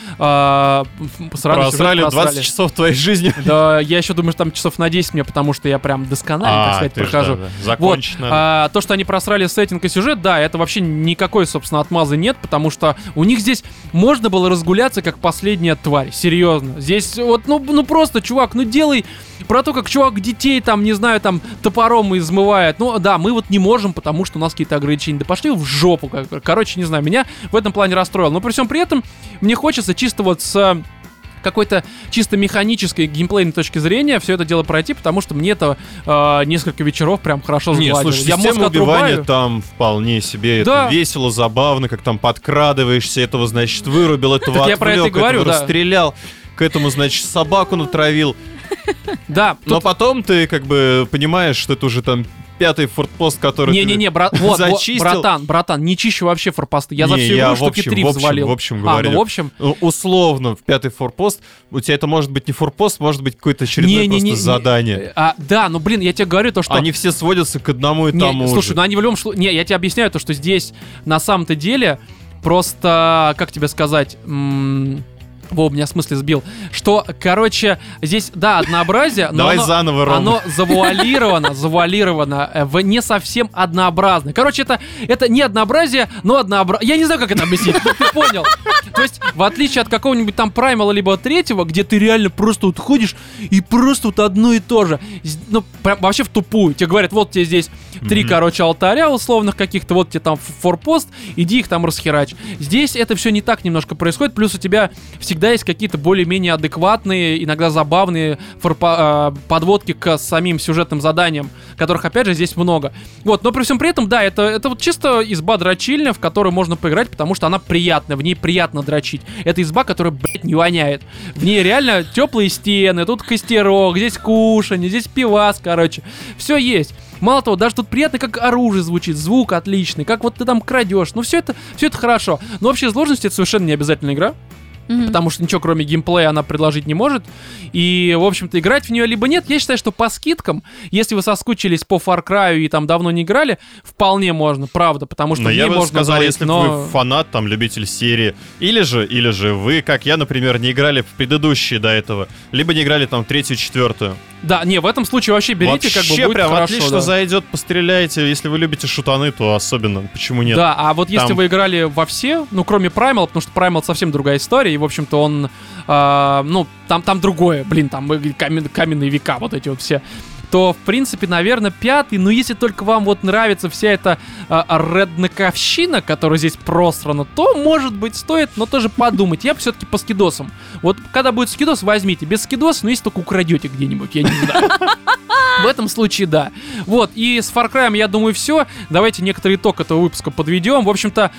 20 часов твоей жизни. Да, я еще думаю, что там часов на 10 мне, потому что я прям досконально, так сказать, прохожу. Да. Закончено. Вот. То, что они просрали сеттинг и сюжет, да, это вообще никакой, собственно, отмазы нет, потому что у них здесь можно было разгуляться, как последняя тварь. Серьезно. Здесь вот, ну просто, чувак, делай про то, как чувак детей там, не знаю, там топором измывает. Ну да, мы вот не можем, потому что у нас какие-то ограничения. Да пошли в жопу. Короче, не знаю, меня в этом плане расстроило. Но при всем при этом мне хочется чисто вот с какой-то чисто механической геймплейной точки зрения все это дело пройти, потому что мне это несколько вечеров прям хорошо загладило. Слушай, система убивания там вполне себе, это весело, забавно, как там подкрадываешься, этого, значит, вырубил, этого отвлек, этого расстрелял, к этому, значит, собаку натравил. Да. Но потом ты как бы понимаешь, что это уже там 5-й форпост, который Не-не-не, зачистил. братан, не чищу вообще форпосты. Я за Не, всю я игру в штуки общем, 3 взвалил. В общем говорили. В общем... Условно, в 5-й форпост, у тебя это может быть не форпост, может быть какое-то очередное просто задание. Да, ну блин, я тебе говорю то, что... Они все сводятся к одному и тому же. Слушай, ну они в любом случае... Не, я тебе объясняю то, что здесь на самом-то деле просто, как тебе сказать... меня в смысле сбил. Что, короче, здесь, да, однообразие, но Давай заново, Рома. оно завуалировано в не совсем однообразное. Короче, это не однообразие, но однообразие. Я не знаю, как это объяснить, ты понял. То есть, в отличие от какого-нибудь там Primal либо 3-го, где ты реально просто вот ходишь и просто вот одно и то же. Ну, прям вообще в тупую. Тебе говорят, вот тебе здесь 3, короче, алтаря условных каких-то, вот тебе там форпост, иди их там расхерач. Здесь это все не так немножко происходит, плюс у тебя всегда есть какие-то более-менее адекватные, иногда забавные подводки к самим сюжетным заданиям, которых, опять же, здесь много. Вот, но при всем при этом, да, это вот чисто изба дрочильня, в которую можно поиграть, потому что она приятная, в ней приятно дрочить. Это изба, которая, блядь, не воняет. В ней реально теплые стены, тут костерок, здесь кушанье, здесь пивас, короче. Все есть. Мало того, даже тут приятно, как оружие звучит, звук отличный, как вот ты там крадешь. Ну, все это хорошо. Но в общей сложности это совершенно не обязательная игра. Потому что ничего кроме геймплея она предложить не может. И, в общем-то, играть в нее либо нет. Я считаю, что по скидкам, если вы соскучились по Far Cry и там давно не играли, вполне можно, правда, потому что но в ней я бы можно сказал, говорить, если вы фанат, там, любитель серии, или же вы, как я, например, не играли в предыдущие до этого, либо не играли там 3-ю, 4-ю. Да, не, в этом случае вообще берите, вообще, как бы будет прям хорошо. Отлично да. зайдет, постреляйте. Если вы любите шутаны, то особенно. Почему нет? Да, а вот если Там- вы играли во все, ну, кроме Primal, потому что Primal совсем другая история, и, в общем-то, он, ну, там другое, блин, там каменные века, вот эти вот все, то, в принципе, наверное, 5-й, но если только вам вот нравится вся эта реднековщина, которая здесь просрана, то, может быть, стоит, но тоже подумать. Я бы все-таки по скидосам. Вот, когда будет скидос, возьмите. Без скидоса, но если только украдете где-нибудь, я не знаю. В этом случае, да. Вот, и с Far Cry, я думаю, все. Давайте некоторый итог этого выпуска подведем. В общем-то,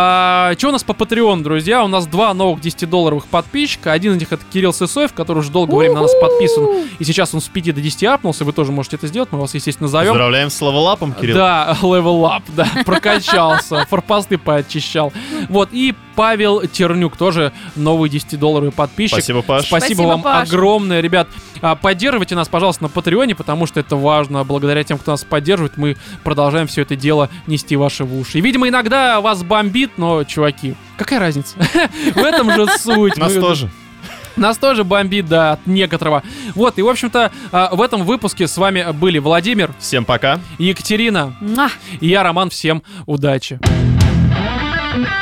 что у нас по Patreon, друзья? У нас 2 новых 10-долларовых подписчика. Один из них — это Кирилл Сысоев, который уже долгое время на нас подписан. И сейчас он с 5 до 10 апнулся. Вы тоже можете это сделать. Мы вас, естественно, зовем. Поздравляем с левелапом, Кирилл. Да, level up, да, прокачался, форпосты поочищал. Вот, и Павел Тернюк, тоже новый 10-долларовый подписчик. Спасибо, Паш. Спасибо вам Паш. огромное, ребят. Поддерживайте нас, пожалуйста, на Патреоне, потому что это важно. Благодаря тем, кто нас поддерживает, мы продолжаем все это дело нести ваши в уши. И, видимо, иногда вас бомбит, но, чуваки, какая разница? В этом же суть. Нас тоже. Нас тоже бомбит, да, от некоторого. Вот, и, в общем-то, в этом выпуске с вами были Владимир, Всем пока. Екатерина Муа. и я, Роман. Всем удачи.